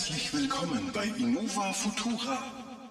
Herzlich willkommen bei Innova Futura.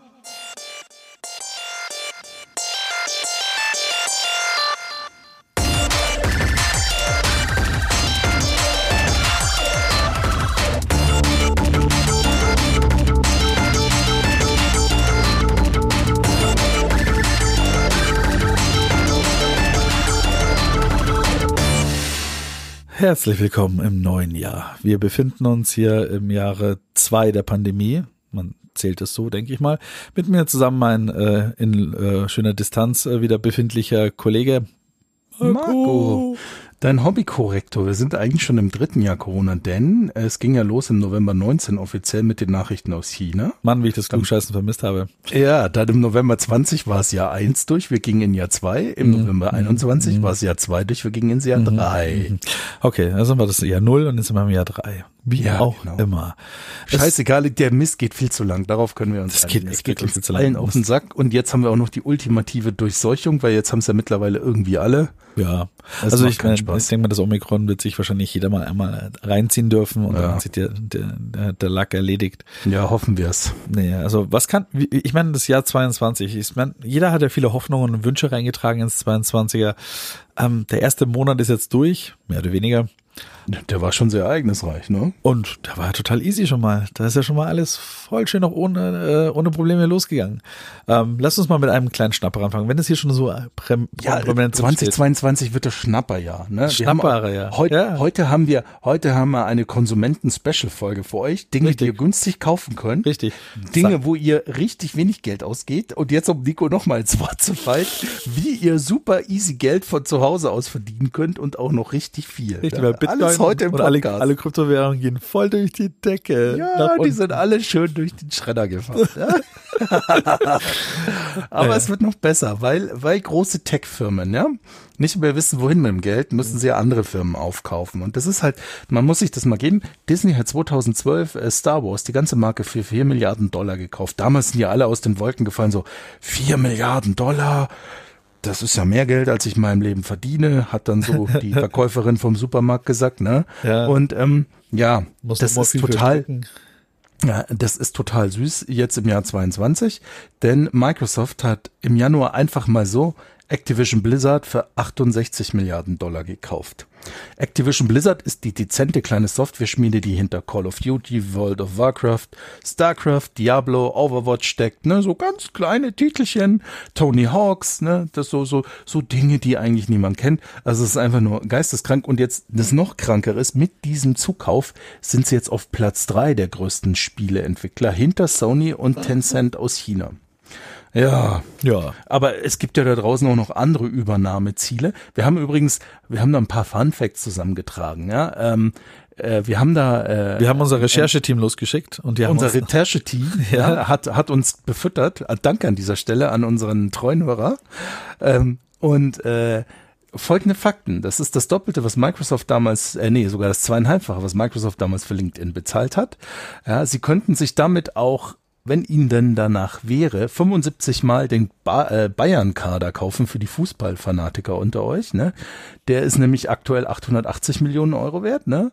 Herzlich willkommen im neuen Jahr. Wir befinden uns hier im Jahre 2 der Pandemie. Man zählt es so, denke ich mal. Mit mir zusammen mein in schöner Distanz wieder befindlicher Kollege Marco. Dein Hobbykorrektor. Wir sind eigentlich schon im 3. Jahr Corona, denn es ging ja los im November 19 offiziell mit den Nachrichten aus China. Mann, wie ich das Klugscheißen vermisst habe. Ja, dann im November 20 war es Jahr 1 durch, wir gingen in Jahr 2. Im November 21 war es Jahr 2 durch, wir gingen ins Jahr 3. Okay, also war das Jahr 0 und jetzt sind wir im Jahr 3. Wie ja, auch genau. immer. Scheißegal, der Mist geht viel zu lang. Darauf können wir uns einigen. Es geht uns allen auf den Sack. Und jetzt haben wir auch noch die ultimative Durchseuchung, weil jetzt haben es ja mittlerweile irgendwie alle. Ja, also ich denke mal, das Omikron wird sich wahrscheinlich jeder mal einmal reinziehen dürfen und dann hat sich der Lack erledigt. Ja, hoffen wir es. Naja, also ich meine, das Jahr 22, ich meine, jeder hat ja viele Hoffnungen und Wünsche reingetragen ins 22er. Der erste Monat ist jetzt durch, mehr oder weniger. Der war schon sehr ereignisreich, ne? Und der war total easy schon mal. Da ist ja schon mal alles voll schön noch ohne Probleme losgegangen. Lass uns mal mit einem kleinen Schnapper anfangen. Wenn es hier schon so prominent 2022 wird das Schnapperjahr, ne? Schnapperjahr. Heute haben wir eine Konsumenten-Special-Folge für euch. Dinge, die ihr günstig kaufen könnt. Richtig. Dinge, wo ihr richtig wenig Geld ausgeht. Und jetzt, um Nico nochmal ins Wort zu fallen, wie ihr super easy Geld von zu Hause aus verdienen könnt und auch noch richtig viel. Richtig, weil Bitcoin heute im Podcast. Alle Kryptowährungen gehen voll durch die Decke. Ja, die sind alle schön durch den Schredder gefahren. Ja? Aber es wird noch besser, weil große Tech-Firmen, ja, nicht mehr wissen, wohin mit dem Geld, müssen sie ja andere Firmen aufkaufen. Und das ist halt, man muss sich das mal geben, Disney hat 2012 Star Wars, die ganze Marke, für $4 Milliarden gekauft. Damals sind ja alle aus den Wolken gefallen, so $4 Milliarden. Das ist ja mehr Geld, als ich in meinem Leben verdiene, hat dann so die Verkäuferin vom Supermarkt gesagt, ne? Ja. Und das ist total süß jetzt im Jahr 22, denn Microsoft hat im Januar einfach mal so Activision Blizzard für $68 Milliarden gekauft. Activision Blizzard ist die dezente kleine Software-Schmiede, die hinter Call of Duty, World of Warcraft, StarCraft, Diablo, Overwatch steckt, ne, so ganz kleine Titelchen, Tony Hawks, ne, das so Dinge, die eigentlich niemand kennt. Also es ist einfach nur geisteskrank. Und jetzt das noch krankere ist, mit diesem Zukauf sind sie jetzt auf Platz 3 der größten Spieleentwickler hinter Sony und Tencent aus China. Ja, aber es gibt ja da draußen auch noch andere Übernahmeziele. Wir haben da ein paar Fun Facts zusammengetragen, ja. Wir haben unser Rechercheteam losgeschickt und unser Rechercheteam hat uns befüttert. Danke an dieser Stelle an unseren treuen Hörer. Folgende Fakten. Das ist das Doppelte, was Microsoft damals, sogar das 2,5-fache, was Microsoft damals für LinkedIn bezahlt hat. Ja, sie könnten sich damit auch, wenn ihnen denn danach wäre, 75 Mal den Bayern-Kader kaufen für die Fußballfanatiker unter euch, ne? Der ist nämlich aktuell 880 Millionen Euro wert, ne?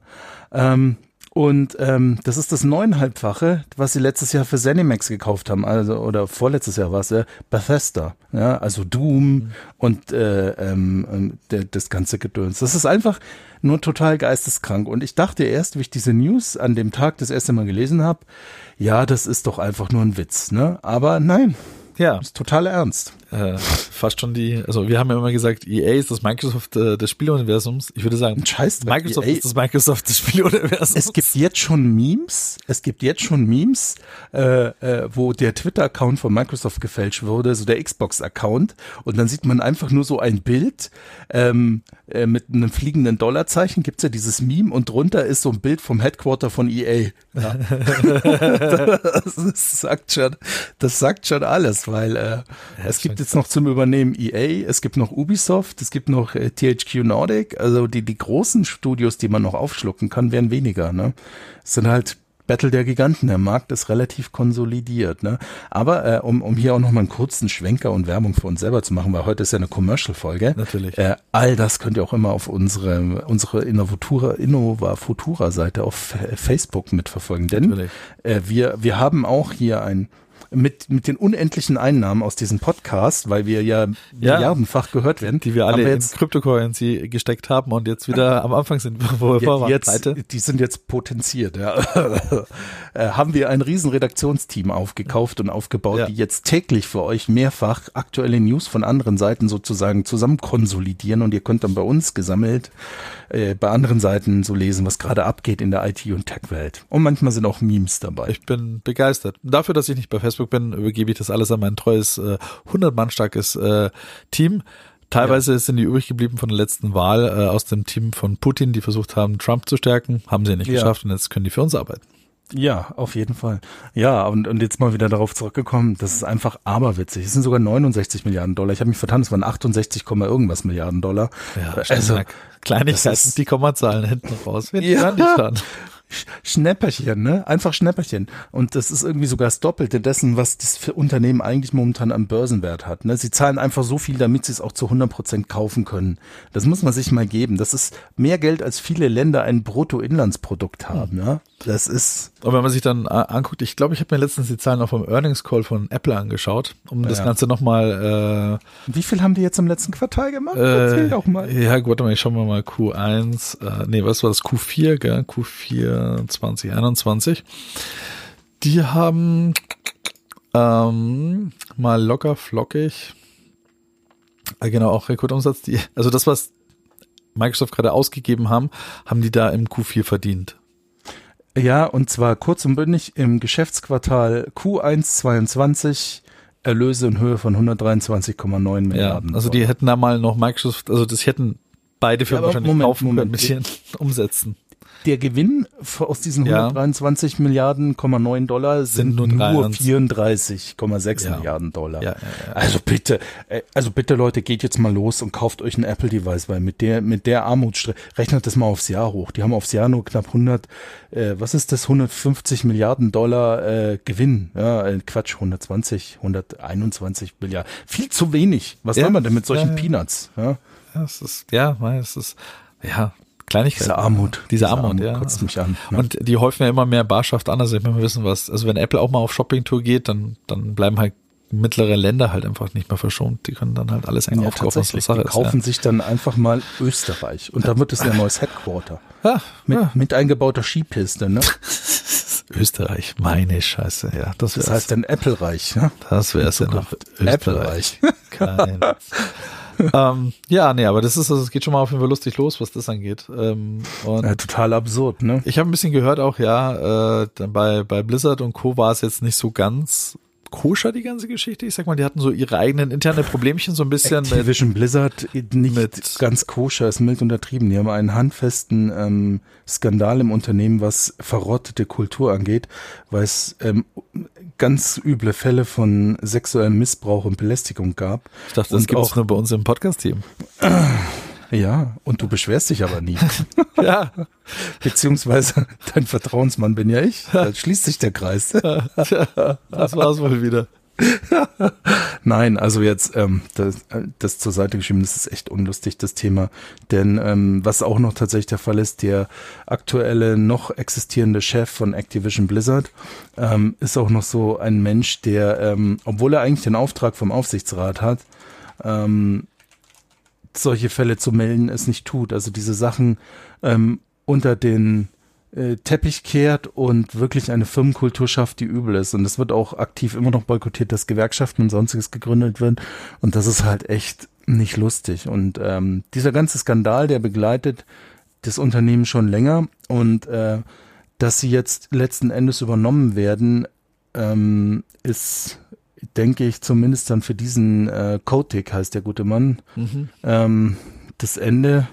Das ist das 9,5-fache, was sie letztes Jahr für ZeniMax gekauft haben, also, oder vorletztes Jahr war es Bethesda, ja, also Doom und das ganze Gedöns. Das ist einfach nur total geisteskrank. Und ich dachte erst, wie ich diese News an dem Tag das erste Mal gelesen habe, ja, das ist doch einfach nur ein Witz, ne? Aber nein. Ja. Ist total ernst. Fast schon also wir haben ja immer gesagt, EA ist das Microsoft des Spieleuniversums. Ich würde sagen, Microsoft ist das Microsoft des Spieleuniversums. Es gibt jetzt schon Memes, wo der Twitter-Account von Microsoft gefälscht wurde, so der Xbox-Account. Und dann sieht man einfach nur so ein Bild mit einem fliegenden Dollarzeichen. Gibt's ja dieses Meme und drunter ist so ein Bild vom Headquarter von EA. Ja. Das sagt schon alles, weil es gibt jetzt noch zum Übernehmen EA, es gibt noch Ubisoft, es gibt noch THQ Nordic, also die großen Studios, die man noch aufschlucken kann, werden weniger, ne? Es sind halt Battle der Giganten. Der Markt ist relativ konsolidiert, ne? Aber um hier auch nochmal einen kurzen Schwenker und Werbung für uns selber zu machen, weil heute ist ja eine Commercial-Folge. Natürlich. All das könnt ihr auch immer auf unsere Innova Futura-Seite auf Facebook mitverfolgen. Denn wir haben auch hier mit den unendlichen Einnahmen aus diesem Podcast, weil wir ja milliardenfach gehört werden. Die wir alle in Cryptocurrency gesteckt haben und jetzt wieder am Anfang sind, wo wir waren. Die sind jetzt potenziert, ja. Haben wir ein riesen Redaktionsteam aufgekauft und aufgebaut, die jetzt täglich für euch mehrfach aktuelle News von anderen Seiten sozusagen zusammen konsolidieren und ihr könnt dann bei uns gesammelt bei anderen Seiten so lesen, was gerade abgeht in der IT- und Tech-Welt. Und manchmal sind auch Memes dabei. Ich bin begeistert. Dafür, dass ich nicht bei Facebook bin, übergebe ich das alles an mein treues 100-Mann starkes Team. Teilweise sind die übrig geblieben von der letzten Wahl aus dem Team von Putin, die versucht haben, Trump zu stärken. Haben sie nicht geschafft und jetzt können die für uns arbeiten. Ja, auf jeden Fall. Ja, und jetzt mal wieder darauf zurückgekommen, das ist einfach aberwitzig. Es sind sogar 69 Milliarden Dollar. Ich habe mich vertan, es waren 68, irgendwas Milliarden Dollar. Ja, also Kleinigkeiten, die Kommazahlen hinten raus. Schnäpperchen, ne? Einfach Schnäpperchen. Und das ist irgendwie sogar das Doppelte dessen, was das für Unternehmen eigentlich momentan am Börsenwert hat, ne? Sie zahlen einfach so viel, damit sie es auch zu 100% kaufen können. Das muss man sich mal geben. Das ist mehr Geld, als viele Länder ein Bruttoinlandsprodukt haben, ja? Das ist. Und wenn man sich dann anguckt, ich glaube, ich habe mir letztens die Zahlen auch vom Earnings Call von Apple angeschaut, um das Ganze nochmal. Wie viel haben die jetzt im letzten Quartal gemacht? Erzähl doch mal. Ja, gut, ich schau mal Q1. Was war das? Q4, gell? Q4 2021. Die haben mal locker flockig, genau, auch Rekordumsatz, also das, was Microsoft gerade ausgegeben haben die da im Q4 verdient. Ja, und zwar kurz und bündig im Geschäftsquartal Q1 22 Erlöse in Höhe von 123,9 Milliarden. Also die hätten da mal noch Microsoft, also das hätten beide Firmen wahrscheinlich kaufen können, ein bisschen umsetzen. Der Gewinn aus diesen 123 Milliarden,9 Dollar sind nur 34,6 Milliarden Dollar. Ja. Also bitte Leute, geht jetzt mal los und kauft euch ein Apple-Device, weil mit der Armut, rechnet das mal aufs Jahr hoch. Die haben aufs Jahr nur knapp 150 Milliarden Dollar Gewinn. Ja, Quatsch, 121 Milliarden. Viel zu wenig. Was soll man denn mit solchen Peanuts? Ja, es ist Kleinigkeit. Diese Armut, ja. Kotzt mich an. Ne? Und die häufen ja immer mehr Barschaft an. Also ich möchte mal wissen, also wenn Apple auch mal auf Shoppingtour geht, dann bleiben halt mittlere Länder halt einfach nicht mehr verschont. Die können dann halt alles aufkaufen, was Sache ist. Die kaufen sich dann einfach mal Österreich. Und dann wird es ein neues Headquarter. Mit eingebauter Skipiste, ne? Österreich, meine Scheiße, ja. Das heißt dann Apple-Reich, ne? Das wäre es ja noch. Apple-Reich. Aber es geht schon mal auf jeden Fall lustig los, was das angeht. Und total absurd, ne? Ich habe ein bisschen gehört auch, bei Blizzard und Co. war es jetzt nicht so ganz koscher, die ganze Geschichte. Ich sag mal, die hatten so ihre eigenen interne Problemchen so ein bisschen. Activision Blizzard nicht ganz koscher, ist mild untertrieben. Die haben einen handfesten Skandal im Unternehmen, was verrottete Kultur angeht, weil es ganz üble Fälle von sexuellem Missbrauch und Belästigung gab. Ich dachte, das gibt es nur bei uns im Podcast-Team. Ja, und du beschwerst dich aber nie. Ja. Beziehungsweise dein Vertrauensmann bin ja ich. Da schließt sich der Kreis. Das war's wohl wieder. Nein, also jetzt das zur Seite geschrieben, das ist echt unlustig, das Thema. Denn was auch noch tatsächlich der Fall ist, der aktuelle noch existierende Chef von Activision Blizzard ist auch noch so ein Mensch, der, obwohl er eigentlich den Auftrag vom Aufsichtsrat hat, solche Fälle zu melden, es nicht tut. Also diese Sachen unter den Teppich kehrt und wirklich eine Firmenkultur schafft, die übel ist. Und es wird auch aktiv immer noch boykottiert, dass Gewerkschaften und sonstiges gegründet werden. Und das ist halt echt nicht lustig. Und dieser ganze Skandal, der begleitet das Unternehmen schon länger. Und dass sie jetzt letzten Endes übernommen werden, ist, denke ich, zumindest dann für diesen Kotick, heißt der gute Mann, das Ende.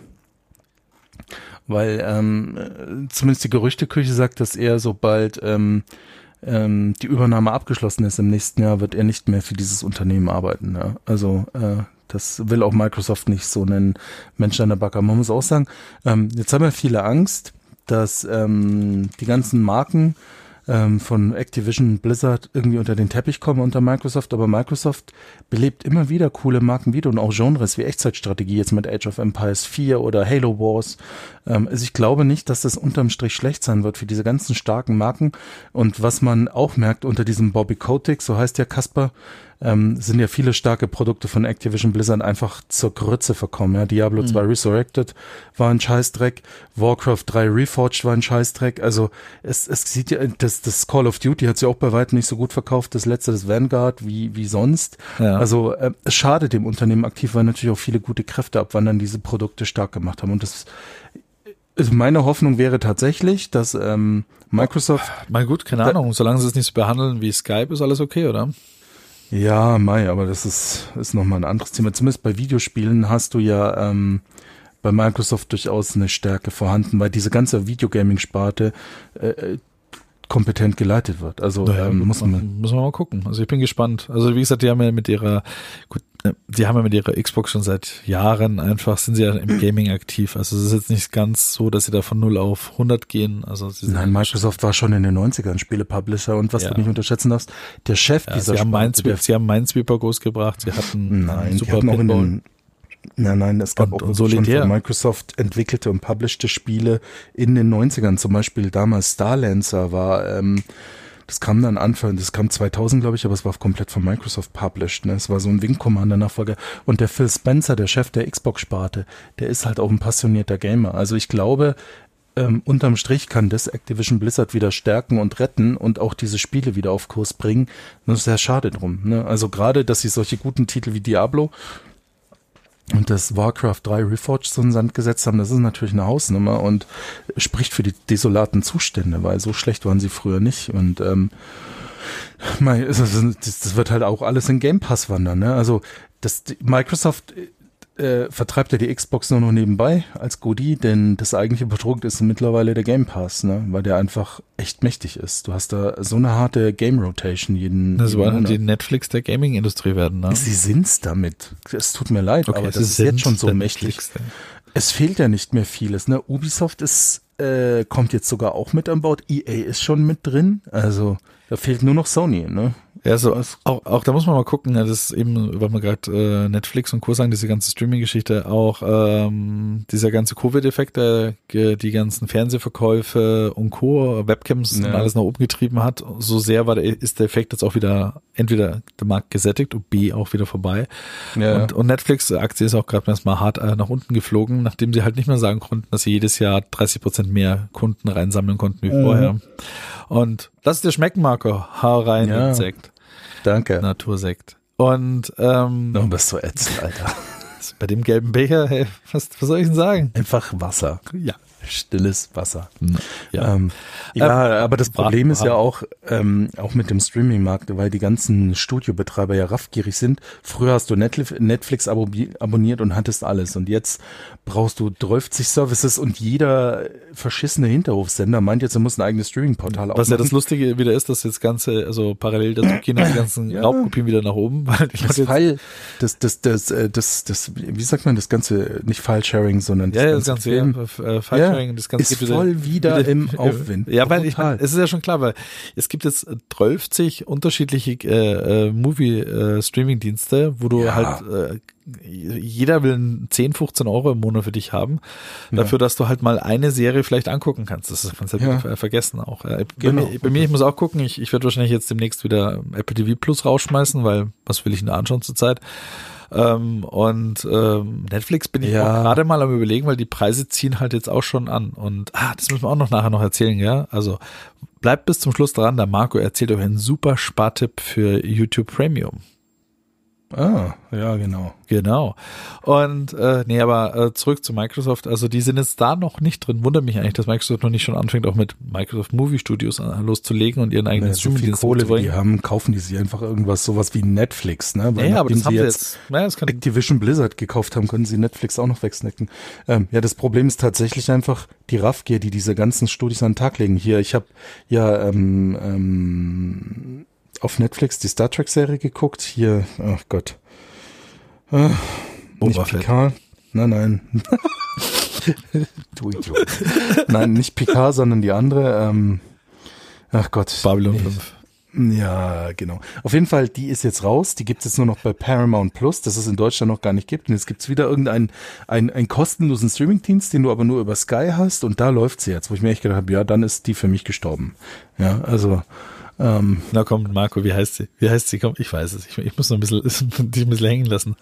Weil zumindest die Gerüchteküche sagt, dass er, sobald die Übernahme abgeschlossen ist im nächsten Jahr, wird er nicht mehr für dieses Unternehmen arbeiten. Ja? Also das will auch Microsoft nicht, so einen Menschen an der Backe. Man muss auch sagen, jetzt haben ja viele Angst, dass die ganzen Marken von Activision, Blizzard irgendwie unter den Teppich kommen unter Microsoft, aber Microsoft belebt immer wieder coole Marken wieder und auch Genres wie Echtzeitstrategie, jetzt mit Age of Empires 4 oder Halo Wars. Also ich glaube nicht, dass das unterm Strich schlecht sein wird für diese ganzen starken Marken. Und was man auch merkt unter diesem Bobby Kotick, so heißt ja Kasper, sind ja viele starke Produkte von Activision Blizzard einfach zur Grütze verkommen. Ja, Diablo 2 Resurrected war ein Scheißdreck, Warcraft 3 Reforged war ein Scheißdreck. Also es sieht ja, das Call of Duty hat sich auch bei weitem nicht so gut verkauft, das letzte, das Vanguard, wie sonst. Ja. Also es schadet dem Unternehmen aktiv, weil natürlich auch viele gute Kräfte abwandern, diese Produkte stark gemacht haben. Und das also meine Nochung wäre tatsächlich, dass Microsoft... Mal gut, keine Ahnung, solange sie es nicht so behandeln wie Skype, ist alles okay, oder? Ja, aber das ist nochmal ein anderes Thema. Zumindest bei Videospielen hast du ja bei Microsoft durchaus eine Stärke vorhanden, weil diese ganze Videogaming-Sparte kompetent geleitet wird. Also muss man mal gucken. Also ich bin gespannt. Also wie gesagt, die haben ja mit ihrer Xbox schon seit Jahren einfach, sind sie ja im Gaming aktiv. Also es ist jetzt nicht ganz so, dass sie da von 0 auf 100 gehen. Also nein, Microsoft war schon in den 90ern Spiele-Publisher und was du nicht unterschätzen darfst, der Chef dieser Sparte. Sie haben Minesweeper großgebracht, sie hatten Super Pinball. Nein, es gab auch schon von Microsoft entwickelte und published Spiele in den 90ern. Zum Beispiel damals Starlancer war, das kam 2000, glaube ich, aber es war komplett von Microsoft published. Ne? Es war so ein Wing Commander Nachfolger. Und der Phil Spencer, der Chef der Xbox-Sparte, der ist halt auch ein passionierter Gamer. Also ich glaube, unterm Strich kann das Activision Blizzard wieder stärken und retten und auch diese Spiele wieder auf Kurs bringen. Nur ist sehr schade drum. Ne? Also gerade, dass sie solche guten Titel wie Diablo und das Warcraft 3 Reforged so in den Sand gesetzt haben, das ist natürlich eine Hausnummer und spricht für die desolaten Zustände, weil so schlecht waren sie früher nicht. Und das wird halt auch alles in Game Pass wandern. Ne? Also Microsoft vertreibt ja die Xbox nur noch nebenbei als Goodie, denn das eigentliche Produkt ist mittlerweile der Game Pass, ne? Weil der einfach echt mächtig ist. Du hast da so eine harte Game Rotation jeden Monat. Die Netflix der Gaming-Industrie werden, ne? Sie sind's damit. Es tut mir leid, aber das ist jetzt schon so mächtig. Es fehlt ja nicht mehr vieles, ne? Ubisoft kommt jetzt sogar auch mit an Bord. EA ist schon mit drin. Also da fehlt nur noch Sony, ne? Ja, so auch da muss man mal gucken, das ist eben, weil wir gerade Netflix und Co. sagen, diese ganze Streaming-Geschichte, auch dieser ganze Covid-Effekt, der die ganzen Fernsehverkäufe und Co., Webcams und alles nach oben getrieben hat, so sehr ist der Effekt jetzt auch wieder entweder der Markt gesättigt und B auch wieder vorbei. Ja. Und Netflix-Aktie ist auch gerade erstmal hart nach unten geflogen, nachdem sie halt nicht mehr sagen konnten, dass sie jedes Jahr 30% mehr Kunden reinsammeln konnten wie vorher. Und lass es dir schmecken, Marco. Hau rein in Sekt. Danke. Natursekt. Und du bist so ätzend, Alter. Bei dem gelben Becher, hey, was soll ich denn sagen? Einfach Wasser. Ja. Stilles Wasser. Ja, aber das Problem ist ja auch mit dem Streaming-Markt, weil die ganzen Studiobetreiber ja raffgierig sind. Früher hast du Netflix abonniert und hattest alles. Und jetzt brauchst du 30 Services und jeder verschissene Hinterhofsender meint jetzt, er muss ein eigenes Streaming-Portal aufmachen. Was ja das Lustige wieder ist, dass jetzt Ganze, also parallel dazu gehen die ganzen Raubkopien wieder nach oben. Weil wie sagt man das Ganze, nicht File-Sharing, sondern das ganze File-Sharing. Das Ganze ist voll wieder im Aufwind. Ja, weil es ist ja schon klar, weil es gibt jetzt 12 unterschiedliche Movie-Streaming-Dienste, wo du halt jeder will 10, 15 Euro im Monat für dich haben, dafür, dass du halt mal eine Serie vielleicht angucken kannst. Das kannst du halt vergessen auch. Bei mir, ich muss auch gucken, ich werde wahrscheinlich jetzt demnächst wieder Apple TV Plus rausschmeißen, weil was will ich denn da anschauen zurzeit? Netflix bin ich auch gerade mal am Überlegen, weil die Preise ziehen halt jetzt auch schon an. Und das müssen wir auch nachher noch erzählen, ja. Also bleibt bis zum Schluss dran, der Marco erzählt euch einen super Spartipp für YouTube Premium. Ja, genau. Genau. Und aber zurück zu Microsoft. Also die sind jetzt da noch nicht drin. Wundert mich eigentlich, dass Microsoft noch nicht schon anfängt, auch mit Microsoft Movie Studios loszulegen und ihren eigenen Streaming-Dienst zu bringen. So viel Kohle, die haben, kaufen die sich einfach sowas wie Netflix, ne? Weil aber das haben sie jetzt. Activision Blizzard gekauft haben, können sie Netflix auch noch wegsnacken. Das Problem ist tatsächlich einfach die Raffgier, die diese ganzen Studios an den Tag legen. Hier, ich habe auf Netflix die Star Trek Serie geguckt. Hier, ach Gott. Nicht Picard. Nein. Du Idiot. Nein, nicht Picard, sondern die andere. Ach Gott. Babylon 5. Ja, genau. Auf jeden Fall, die ist jetzt raus. Die gibt es jetzt nur noch bei Paramount Plus, das es in Deutschland noch gar nicht gibt. Und jetzt gibt's wieder irgendeinen einen kostenlosen Streamingdienst, den du aber nur über Sky hast. Und da läuft sie jetzt, wo ich mir echt gedacht habe, ja, dann ist die für mich gestorben. Ja, also Na komm, Marco, wie heißt sie? Wie heißt sie? Komm, ich weiß es. Ich muss noch dich ein bisschen hängen lassen.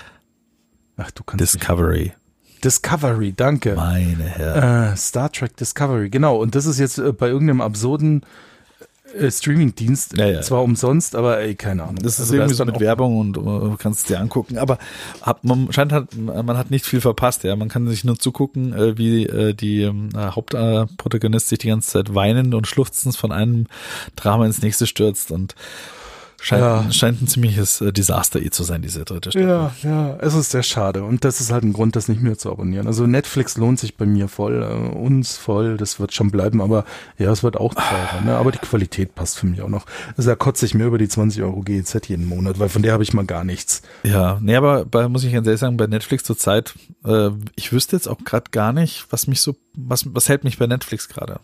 Ach, du kannst Discovery. Discovery, danke. Meine Herren. Star Trek Discovery, genau. Und das ist jetzt bei irgendeinem absurden Streaming-Dienst, ja. zwar umsonst, aber keine Ahnung. Das ist also irgendwie da so mit Werbung und du kannst es dir angucken, aber man hat nicht viel verpasst, ja. Man kann sich nur zugucken, wie die Hauptprotagonist sich die ganze Zeit weinend und schluchzend von einem Drama ins nächste stürzt und scheint ein ziemliches Desaster zu sein, diese dritte Staffel. Ja, es ist sehr schade und das ist halt ein Grund, das nicht mehr zu abonnieren. Also Netflix lohnt sich bei mir voll, uns voll, das wird schon bleiben, aber ja, es wird auch teurer, ne? Aber die Qualität passt für mich auch noch. Also da kotze ich mir über die 20 Euro GEZ jeden Monat, weil von der habe ich mal gar nichts. Ja, nee, aber muss ich ganz ehrlich sagen, bei Netflix zurzeit, ich wüsste jetzt auch gerade gar nicht, was hält mich bei Netflix gerade?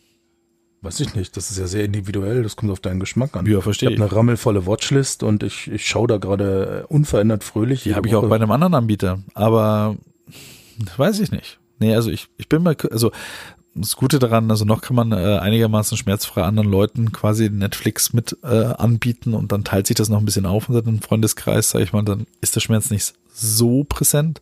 Weiß ich nicht, das ist ja sehr individuell, das kommt auf deinen Geschmack an. Ja, verstehe ich. Ich habe eine rammelvolle Watchlist und ich schaue da gerade unverändert fröhlich. Die habe ich auch bei einem anderen Anbieter, aber weiß ich nicht. Nee, also ich bin mal, also das Gute daran, also noch kann man einigermaßen schmerzfrei anderen Leuten quasi Netflix mit anbieten und dann teilt sich das noch ein bisschen auf unter den Freundeskreis, sage ich mal, dann ist der Schmerz nicht so präsent.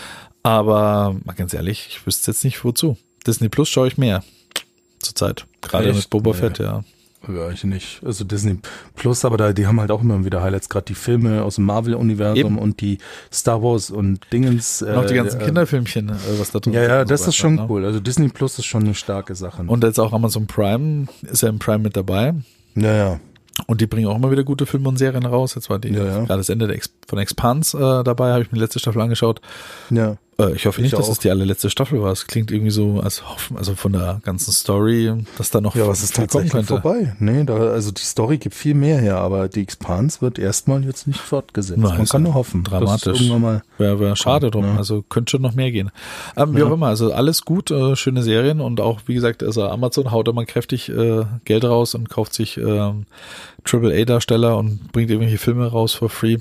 Aber mal ganz ehrlich, ich wüsste jetzt nicht wozu. Disney Plus schaue ich mehr zurzeit. Gerade mit Boba Fett, ja. Ja, ich nicht. Also Disney Plus, aber die haben halt auch immer wieder Highlights, gerade die Filme aus dem Marvel-Universum und die Star Wars und Dingens. Und auch die ganzen Kinderfilmchen, was da drin ist. Ja, das ist schon cool. Also Disney Plus ist schon eine starke Sache. Und jetzt auch Amazon Prime, ist ja im Prime mit dabei. Ja. Und die bringen auch immer wieder gute Filme und Serien raus. Jetzt war gerade das Ende von Expanse dabei, habe ich mir die letzte Staffel angeschaut. Ja. Ich hoffe nicht, dass es die allerletzte Staffel war. Es klingt irgendwie so, also von der ganzen Story, dass da noch was ist tatsächlich vorbei? Nee, also die Story gibt viel mehr her, aber die Expanse wird erstmal jetzt nicht fortgesetzt. Man kann nur hoffen. Dramatisch. Wäre schade drum. Ja. Also könnte schon noch mehr gehen. Wie auch immer, also alles gut, schöne Serien und auch, wie gesagt, also Amazon haut da mal kräftig Geld raus und kauft sich AAA-Darsteller und bringt irgendwelche Filme raus for free.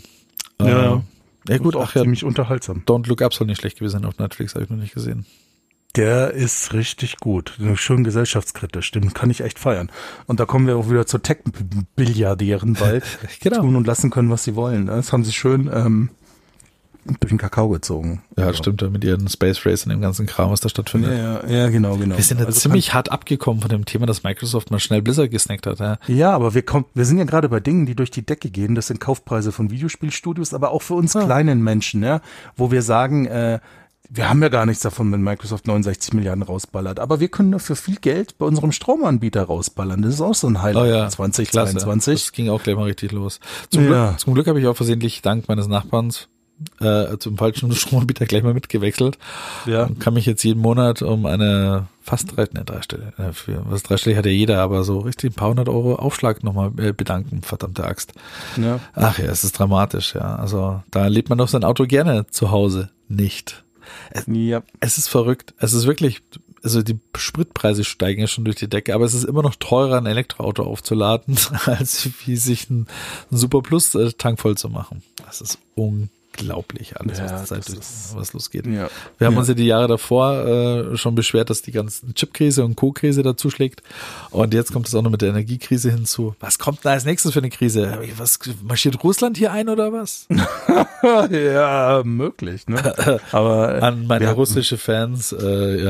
Ja gut, ziemlich unterhaltsam. Don't Look Up soll nicht schlecht gewesen sein auf Netflix, habe ich noch nicht gesehen. Der ist richtig gut. Schön gesellschaftskritisch, den kann ich echt feiern. Und da kommen wir auch wieder zur Tech-Billiardären, weil genau. tun und lassen können, was sie wollen. Das haben sie schön durch den Kakao gezogen. Ja, stimmt, mit ihren Space Race und dem ganzen Kram, was da stattfindet. Ja, genau. Wir sind ja ziemlich hart abgekommen von dem Thema, dass Microsoft mal schnell Blizzard gesnackt hat. Ja, aber wir sind ja gerade bei Dingen, die durch die Decke gehen. Das sind Kaufpreise von Videospielstudios, aber auch für uns kleinen Menschen, ja, wo wir sagen, wir haben ja gar nichts davon, wenn Microsoft 69 Milliarden rausballert. Aber wir können dafür viel Geld bei unserem Stromanbieter rausballern. Das ist auch so ein Highlight 2022. Das ging auch gleich mal richtig los. Zum Glück habe ich auch versehentlich dank meines Nachbarns zum falschen Stromanbieter gleich mal mitgewechselt. Ja. Und kann mich jetzt jeden Monat um eine dreistellig hat ja jeder, aber so richtig ein paar 100 Euro Aufschlag nochmal bedanken, verdammte Axt. Ja. Ach ja, es ist dramatisch, ja. Also da lebt man doch sein Auto gerne zu Hause nicht. Es ist verrückt. Es ist wirklich, also die Spritpreise steigen ja schon durch die Decke, aber es ist immer noch teurer, ein Elektroauto aufzuladen, als wie sich ein Super Plus Tank voll zu machen. Das ist unglaublich alles, was losgeht. Ja. Wir haben uns ja die Jahre davor schon beschwert, dass die ganzen Chipkrise und Co-Krise dazu schlägt. Und jetzt kommt es auch noch mit der Energiekrise hinzu. Was kommt denn als nächstes für eine Krise? Was marschiert Russland hier ein oder was? Ja, möglich, ne? Aber an meine russische Fans, ich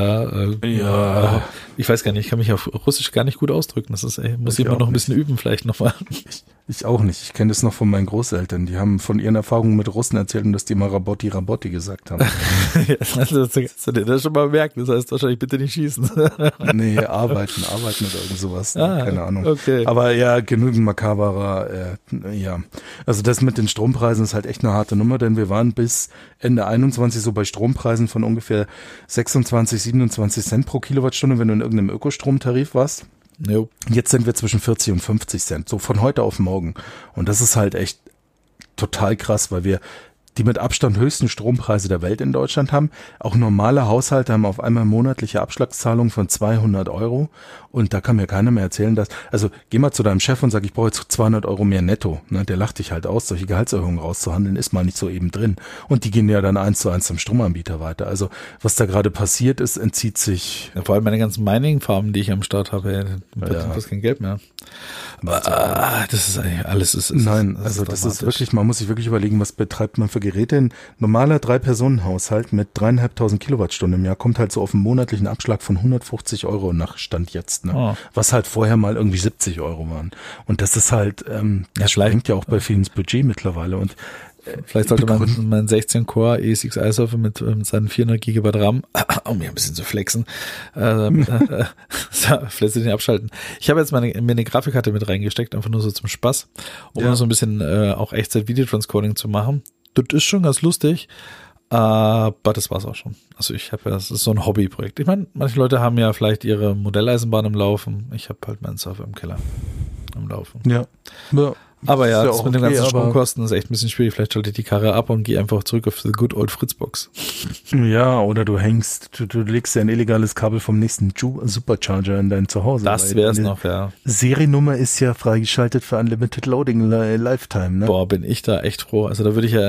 weiß gar nicht, ich kann mich auf Russisch gar nicht gut ausdrücken. Das ist, muss ich immer noch ein bisschen üben, vielleicht nochmal. Ich auch nicht. Ich kenne das noch von meinen Großeltern. Die haben von ihren Erfahrungen mit Russen erzählt, dass die immer Rabotti gesagt haben. Das kannst du dir das schon mal merken. Das heißt wahrscheinlich bitte nicht schießen. Nee, arbeiten oder irgend sowas. Keine Ahnung. Okay. Aber ja, genügend makaberer, Also das mit den Strompreisen ist halt echt eine harte Nummer, denn wir waren bis Ende 21 so bei Strompreisen von ungefähr 26, 27 Cent pro Kilowattstunde, wenn du in irgendeinem Ökostromtarif warst. Jo. Jetzt sind wir zwischen 40 und 50 Cent, so von heute auf morgen. Und das ist halt echt total krass, weil wir die mit Abstand höchsten Strompreise der Welt in Deutschland haben. Auch normale Haushalte haben auf einmal monatliche Abschlagszahlungen von 200 Euro. Und da kann mir keiner mehr erzählen, dass, also geh mal zu deinem Chef und sag, ich brauche jetzt 200 Euro mehr netto. Ne, der lacht dich halt aus, solche Gehaltserhöhungen rauszuhandeln, ist mal nicht so eben drin. Und die gehen ja dann 1:1 zum Stromanbieter weiter. Also was da gerade passiert ist, entzieht sich. Ja, vor allem meine ganzen Mining-Farmen, die ich am Start habe, fast kein Geld mehr. Das ist eigentlich alles. Nein, also das ist wirklich, man muss sich wirklich überlegen, was betreibt man für Geräte. Ein normaler 3-Personen-Haushalt mit 3.500 Kilowattstunden im Jahr kommt halt so auf einen monatlichen Abschlag von 150 Euro nach Stand jetzt. Ne? Oh. Was halt vorher mal irgendwie 70 Euro waren. Und das ist halt, das sprengt ja auch bei vielen ins Budget mittlerweile. Und vielleicht sollte man mein 16-Core E6i-Server mit seinen 400 GB RAM, um hier ein bisschen zu flexen, vielleicht den abschalten. Ich habe jetzt mir eine Grafikkarte mit reingesteckt, einfach nur so zum Spaß, um so ein bisschen auch Echtzeit-Videotranscoding zu machen. Das ist schon ganz lustig, aber das war's auch schon. Also das ist so ein Hobbyprojekt. Ich meine, manche Leute haben ja vielleicht ihre Modelleisenbahn im Laufen. Ich habe halt meinen Server im Keller am Laufen. Ja. Aber ja, das mit den ganzen Stromkosten ist echt ein bisschen schwierig. Vielleicht schalte ich die Karre ab und gehe einfach zurück auf the good old Fritzbox. Ja, oder du legst ja ein illegales Kabel vom nächsten Supercharger in dein Zuhause. Das wäre es noch, ja. Seriennummer ist ja freigeschaltet für Unlimited Loading Lifetime, ne? Boah, bin ich da echt froh. Also da würde ich ja,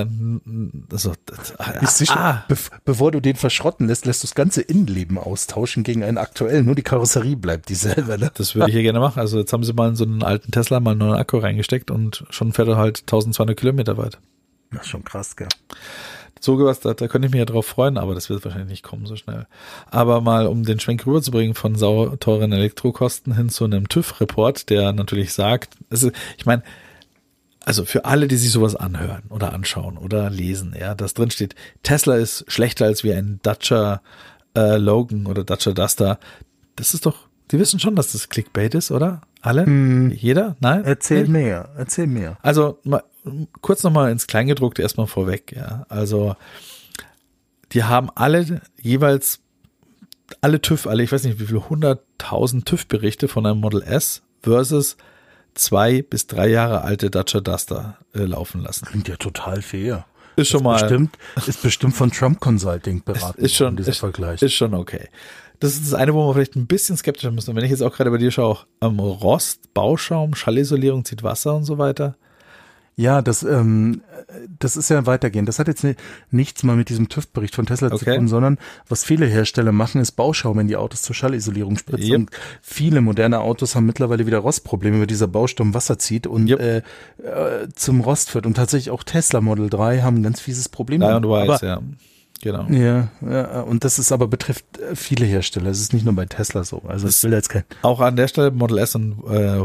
bevor du den verschrotten lässt du das ganze Innenleben austauschen gegen einen aktuellen. Nur die Karosserie bleibt dieselbe, ne? Das würde ich hier gerne machen. Also jetzt haben sie mal in so einen alten Tesla mal einen neuen Akku reingesteckt und schon fährt er halt 1200 Kilometer weit. Das ist schon krass, gell? Sowas, da könnte ich mich ja drauf freuen, aber das wird wahrscheinlich nicht kommen so schnell. Aber mal, um den Schwenk rüberzubringen von sauteuren Elektrokosten hin zu einem TÜV-Report, der natürlich sagt, ich meine, also für alle, die sich sowas anhören oder anschauen oder lesen, ja, dass drin steht, Tesla ist schlechter als wie ein Dacia Logan oder Dacia Duster, das ist doch, die wissen schon, dass das Clickbait ist, oder? Alle? Jeder? Nein? Erzähl mehr. Also kurz nochmal ins Kleingedruckte erstmal vorweg. Ja. Also die haben alle jeweils, ich weiß nicht wie viele 100.000 TÜV-Berichte von einem Model S versus 2 bis 3 Jahre alte Dacia Duster laufen lassen. Klingt ja total fair. Ist bestimmt von Trump Consulting beraten. Ist schon okay. Das ist das eine, wo man vielleicht ein bisschen skeptischer müssen. Und wenn ich jetzt auch gerade bei dir schaue, Rost, Bauschaum, Schallisolierung zieht Wasser und so weiter. Ja, das ist ja weitergehend. Das hat jetzt nichts mal mit diesem TÜV-Bericht von Tesla zu tun, sondern was viele Hersteller machen, ist Bauschaum in die Autos zur Schallisolierung spritzen. Yep. Und viele moderne Autos haben mittlerweile wieder Rostprobleme, weil dieser Bauschaum Wasser zieht und zum Rost führt. Und tatsächlich auch Tesla Model 3 haben ein ganz fieses Problem. Ja, und du weißt, ja. Genau. Ja, und das ist aber betrifft viele Hersteller. Es ist nicht nur bei Tesla so. Also ich will jetzt kein. Auch an der Stelle Model S und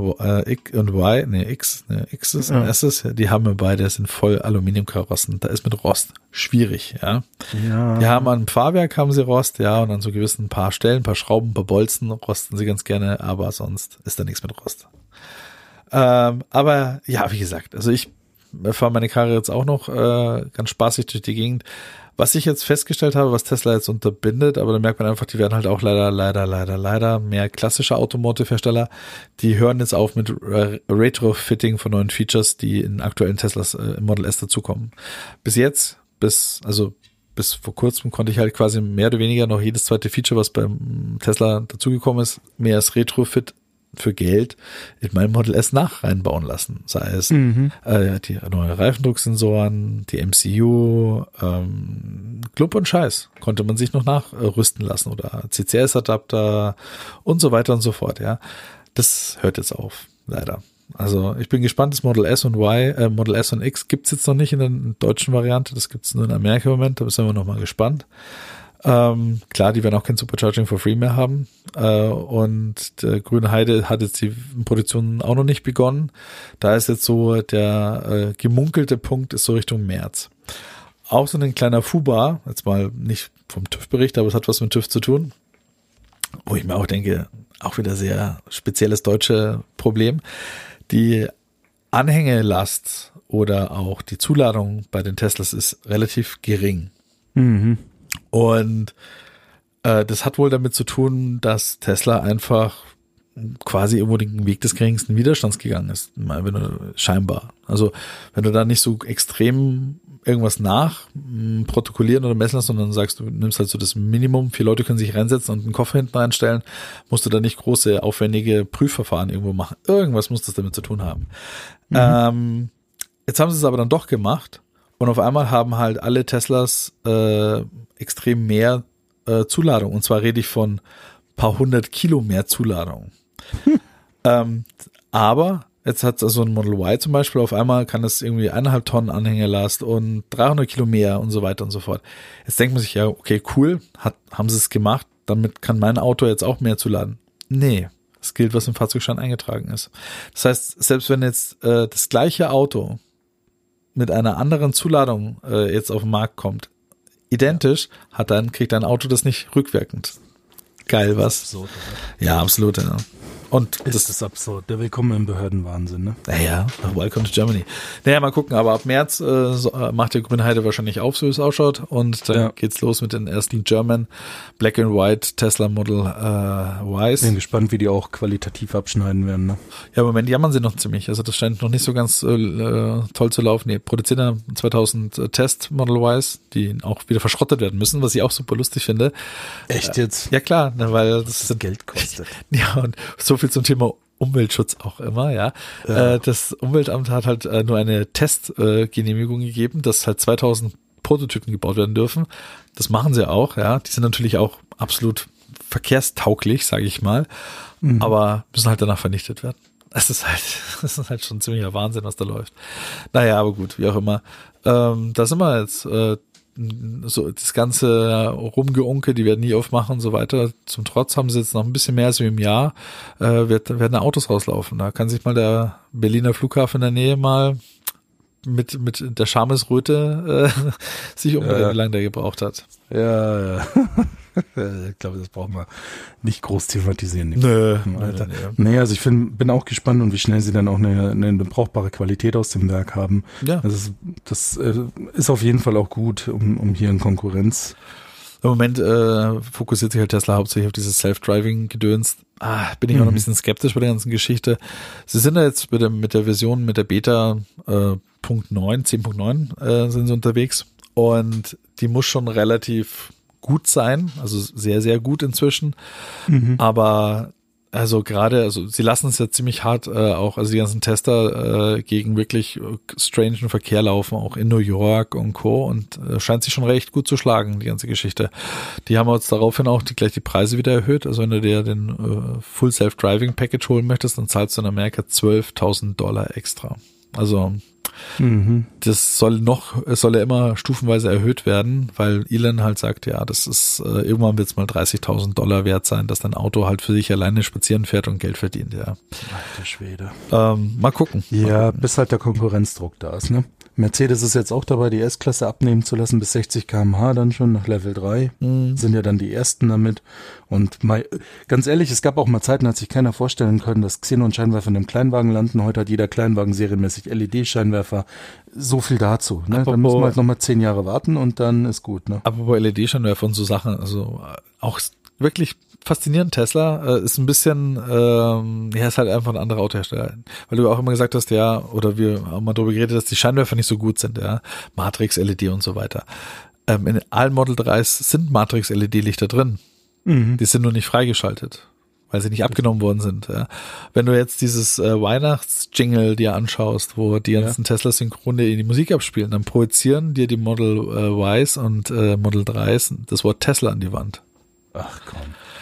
X ist und S, die haben wir beide, sind voll Aluminiumkarossen. Da ist mit Rost schwierig, ja. Die haben an dem Fahrwerk haben sie Rost, ja, und an so gewissen paar Stellen, ein paar Schrauben, ein paar Bolzen rosten sie ganz gerne, aber sonst ist da nichts mit Rost. Aber ja, wie gesagt, also ich fahre meine Karre jetzt auch noch ganz spaßig durch die Gegend. Was ich jetzt festgestellt habe, was Tesla jetzt unterbindet, aber da merkt man einfach, die werden halt auch leider mehr klassische Automotive-Hersteller. Die hören jetzt auf mit Retrofitting von neuen Features, die in aktuellen Teslas im Model S dazukommen. Bis vor kurzem konnte ich halt quasi mehr oder weniger noch jedes zweite Feature, was beim Tesla dazugekommen ist, mehr als Retrofit für Geld in mein Model S reinbauen lassen. Sei es die neuen Reifendrucksensoren, die MCU, Klump und Scheiß konnte man sich noch nachrüsten lassen oder CCS-Adapter und so weiter und so fort. Ja, das hört jetzt auf, leider. Also ich bin gespannt, das Model S und Model S und X gibt's jetzt noch nicht in der deutschen Variante, das gibt's nur in Amerika im Moment, da sind wir noch mal gespannt. Klar, die werden auch kein Supercharging for free mehr haben. Und der Grüne Heide hat jetzt die Produktion auch noch nicht begonnen. Da ist jetzt so der gemunkelte Punkt ist so Richtung März. Auch so ein kleiner Fuba, jetzt mal nicht vom TÜV-Bericht, aber es hat was mit TÜV zu tun. Wo ich mir auch denke, auch wieder sehr spezielles deutsche Problem. Die Anhängelast oder auch die Zuladung bei den Teslas ist relativ gering. Mhm. Und das hat wohl damit zu tun, dass Tesla einfach quasi irgendwo den Weg des geringsten Widerstands gegangen ist, scheinbar. Also wenn du da nicht so extrem irgendwas protokollieren oder messen lassen, sondern sagst, du nimmst halt so das Minimum, 4 Leute können sich reinsetzen und einen Koffer hinten reinstellen, musst du da nicht große, aufwendige Prüfverfahren irgendwo machen. Irgendwas muss das damit zu tun haben. Jetzt haben sie es aber dann doch gemacht und auf einmal haben halt alle Teslas extrem mehr Zuladung. Und zwar rede ich von paar 100 Kilo mehr Zuladung. Aber jetzt hat so ein Model Y zum Beispiel, auf einmal kann es irgendwie 1,5 Tonnen Anhängerlast und 300 Kilo mehr und so weiter und so fort. Jetzt denkt man sich, ja, okay, cool, haben sie es gemacht, damit kann mein Auto jetzt auch mehr zuladen. Nee, es gilt, was im Fahrzeugschein eingetragen ist. Das heißt, selbst wenn jetzt das gleiche Auto mit einer anderen Zuladung jetzt auf den Markt kommt, identisch, kriegt dein Auto das nicht rückwirkend. Geil, was? Absurd, oder? Ja, absolut, ja. Und das ist absurd. Der Willkommen im Behördenwahnsinn, ne? Naja, welcome to Germany. Naja, mal gucken, aber ab März macht der Grünheide wahrscheinlich auf, so wie es ausschaut. Und dann geht's los mit den ersten German Black and White Tesla Model Ys. Bin gespannt, wie die auch qualitativ abschneiden werden, ne? Ja, im Moment jammern sie noch ziemlich. Also das scheint noch nicht so ganz toll zu laufen. Die produzieren ja 2000 Test Model Ys, die auch wieder verschrottet werden müssen, was ich auch super lustig finde. Echt jetzt? Ja klar, ne, weil das Geld kostet. Ja, und so viel zum Thema Umweltschutz auch immer, ja. Das Umweltamt hat halt nur eine Testgenehmigung gegeben, dass halt 2000 Prototypen gebaut werden dürfen. Das machen sie auch, ja. Die sind natürlich auch absolut verkehrstauglich, sage ich mal, aber müssen halt danach vernichtet werden. Das ist halt schon ziemlicher Wahnsinn, was da läuft. Naja, aber gut, wie auch immer. Da sind wir jetzt so das ganze Rumgeunke, die werden nie aufmachen und so weiter. Zum Trotz haben sie jetzt noch ein bisschen mehr als im Jahr, werden Autos rauslaufen. Da kann sich mal der Berliner Flughafen in der Nähe mal mit der Schamesröte sich umdrehen, wie lange der gebraucht hat. Ja. Ich glaube, das brauchen wir nicht groß thematisieren. Nö. Nee, also ich bin auch gespannt und wie schnell sie dann auch eine brauchbare Qualität aus dem Werk haben. Ja. Das ist auf jeden Fall auch gut, um hier in Konkurrenz. Im Moment fokussiert sich halt Tesla hauptsächlich auf dieses Self-Driving-Gedöns. Bin ich auch noch ein bisschen skeptisch bei der ganzen Geschichte. Sie sind da jetzt mit der Version, mit der Beta 10.9 sind sie unterwegs und die muss schon relativ gut sein, also sehr, sehr gut inzwischen. Aber sie lassen es ja ziemlich hart auch, also die ganzen Tester gegen wirklich strangen Verkehr laufen, auch in New York und Co. Und scheint sich schon recht gut zu schlagen, die ganze Geschichte. Die haben jetzt daraufhin auch gleich die Preise wieder erhöht. Also wenn du dir den Full Self-Driving Package holen möchtest, dann zahlst du in Amerika $12.000 extra. Also das soll ja immer stufenweise erhöht werden, weil Elon halt sagt, ja, das ist, irgendwann wird es mal $30.000 wert sein, dass dein Auto halt für sich alleine spazieren fährt und Geld verdient, ja. Alter Schwede. Mal gucken. Bis halt der Konkurrenzdruck da ist, ne? Mercedes ist jetzt auch dabei, die S-Klasse abnehmen zu lassen bis 60 km/h dann schon nach Level 3. Sind ja dann die ersten damit. Und ganz ehrlich, es gab auch mal Zeiten, hat sich keiner vorstellen können, dass Xenon-Scheinwerfer in einem Kleinwagen landen. Heute hat jeder Kleinwagen serienmäßig LED-Scheinwerfer. So viel dazu. Ne? Dann müssen wir halt nochmal 10 Jahre warten und dann ist gut. Ne? Apropos LED-Scheinwerfer und so Sachen, also auch wirklich faszinierend. Tesla ist ein bisschen, ist halt einfach ein anderer Autohersteller. Weil du auch immer gesagt hast, ja, oder wir haben mal darüber geredet, dass die Scheinwerfer nicht so gut sind, ja. Matrix, LED und so weiter. In allen Model 3s sind Matrix LED-Lichter drin. Die sind nur nicht freigeschaltet, weil sie nicht abgenommen worden sind. Ja. Wenn du jetzt dieses Weihnachts-Jingle dir anschaust, wo die ganzen Tesla-Synchrone die Musik abspielen, dann projizieren dir die Model Ys und Model 3s das Wort Tesla an die Wand. Ach komm.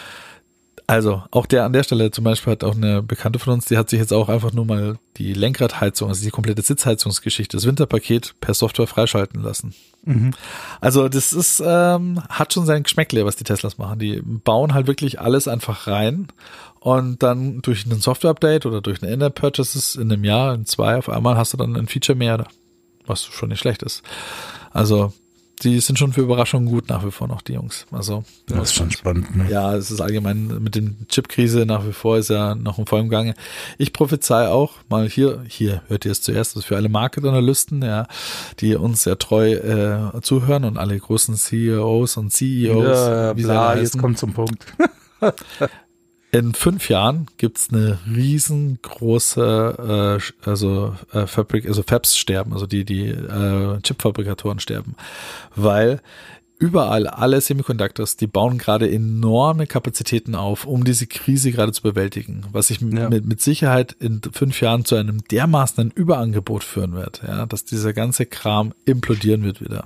Also, auch an der Stelle zum Beispiel hat auch eine Bekannte von uns, die hat sich jetzt auch einfach nur mal die Lenkradheizung, also die komplette Sitzheizungsgeschichte, das Winterpaket per Software freischalten lassen. Also, das ist, hat schon sein Geschmäckle, was die Teslas machen. Die bauen halt wirklich alles einfach rein und dann durch einen Software-Update oder durch eine In-App-Purchases in einem Jahr, in 2 auf einmal hast du dann ein Feature mehr, was schon nicht schlecht ist. Also, die sind schon für Überraschungen gut nach wie vor noch, die Jungs. Also das ist schon spannend. Ne? Ja, es ist allgemein mit dem Chip-Krise nach wie vor ist ja noch im vollen Gange. Ich prophezei auch mal hier hört ihr es zuerst, das ist für alle Market-Analysten, ja, die uns sehr treu zuhören und alle großen CEOs und CEOs. Ja, wie bla, jetzt kommt zum Punkt. In 5 Jahren gibt's eine riesengroße, Fabs sterben, also die Chipfabrikatoren sterben, weil überall alle Semiconductors, die bauen gerade enorme Kapazitäten auf, um diese Krise gerade zu bewältigen, was sich mit Sicherheit in 5 Jahren zu einem dermaßenen Überangebot führen wird, ja, dass dieser ganze Kram implodieren wird wieder.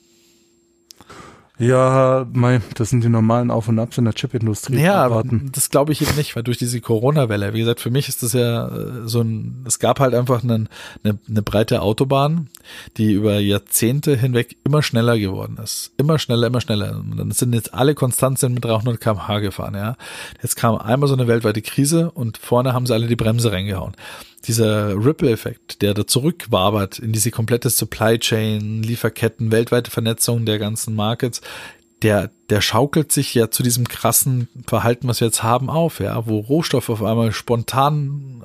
Ja, das sind die normalen Auf- und Abs in der Chipindustrie. Ja, aber das glaube ich eben nicht, weil durch diese Corona-Welle, wie gesagt, für mich ist das ja es gab halt einfach eine breite Autobahn, die über Jahrzehnte hinweg immer schneller geworden ist. Immer schneller, immer schneller. Und dann sind jetzt alle konstant mit 300 km/h gefahren, ja. Jetzt kam einmal so eine weltweite Krise und vorne haben sie alle die Bremse reingehauen. Dieser Ripple-Effekt, der da zurückwabert in diese komplette Supply Chain, Lieferketten, weltweite Vernetzung der ganzen Markets, der schaukelt sich ja zu diesem krassen Verhalten, was wir jetzt haben, auf, ja, wo Rohstoffe auf einmal spontan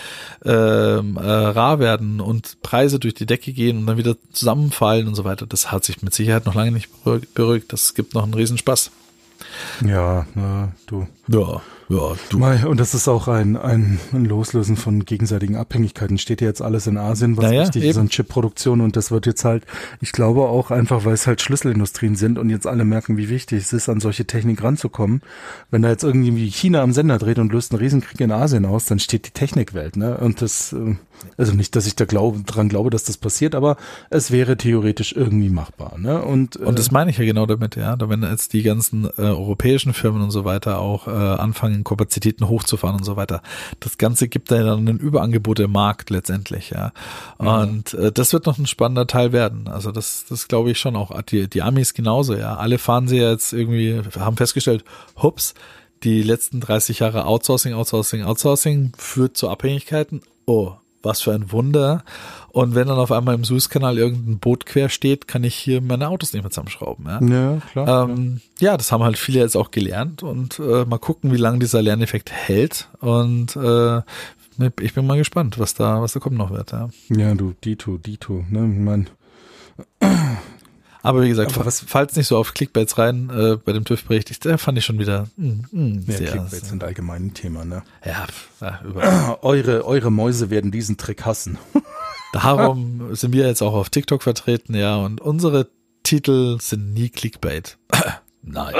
rar werden und Preise durch die Decke gehen und dann wieder zusammenfallen und so weiter. Das hat sich mit Sicherheit noch lange nicht beruhigt. Das gibt noch einen Riesenspaß. Ja, du. Ja, du. Und das ist auch ein Loslösen von gegenseitigen Abhängigkeiten. Steht ja jetzt alles in Asien, was wichtig ist an Chipproduktion, und das wird jetzt halt, ich glaube auch einfach, weil es halt Schlüsselindustrien sind und jetzt alle merken, wie wichtig es ist, an solche Technik ranzukommen. Wenn da jetzt irgendwie China am Sender dreht und löst einen Riesenkrieg in Asien aus, dann steht die Technikwelt, ne? Und das, also nicht, dass ich da dran glaube, dass das passiert, aber es wäre theoretisch irgendwie machbar, ne? Und das meine ich ja genau damit, ja. Da wenn jetzt die ganzen europäischen Firmen und so weiter auch anfangen, Kapazitäten hochzufahren und so weiter. Das Ganze gibt dann ein Überangebot im Markt letztendlich, ja. Und das wird noch ein spannender Teil werden. Also das glaube ich schon auch. Die Amis genauso, ja. Alle fahren sie jetzt irgendwie, haben festgestellt, hups, die letzten 30 Jahre Outsourcing führt zu Abhängigkeiten. Oh, was für ein Wunder. Und wenn dann auf einmal im Suezkanal irgendein Boot quer steht, kann ich hier meine Autos nicht mehr zusammenschrauben. Ja, ja klar. Ja, das haben halt viele jetzt auch gelernt und mal gucken, wie lange dieser Lerneffekt hält. Und ich bin mal gespannt, was da kommen noch wird. Ja, du, Dito, ne, Mann. Aber wie gesagt, falls nicht so auf Clickbaits rein bei dem TÜV-Bericht, fand ich schon wieder sehr, Clickbaits sind allgemein ein Thema, ne? Ja, eure Mäuse werden diesen Trick hassen. Darum sind wir jetzt auch auf TikTok vertreten, ja, und unsere Titel sind nie Clickbait. Nein.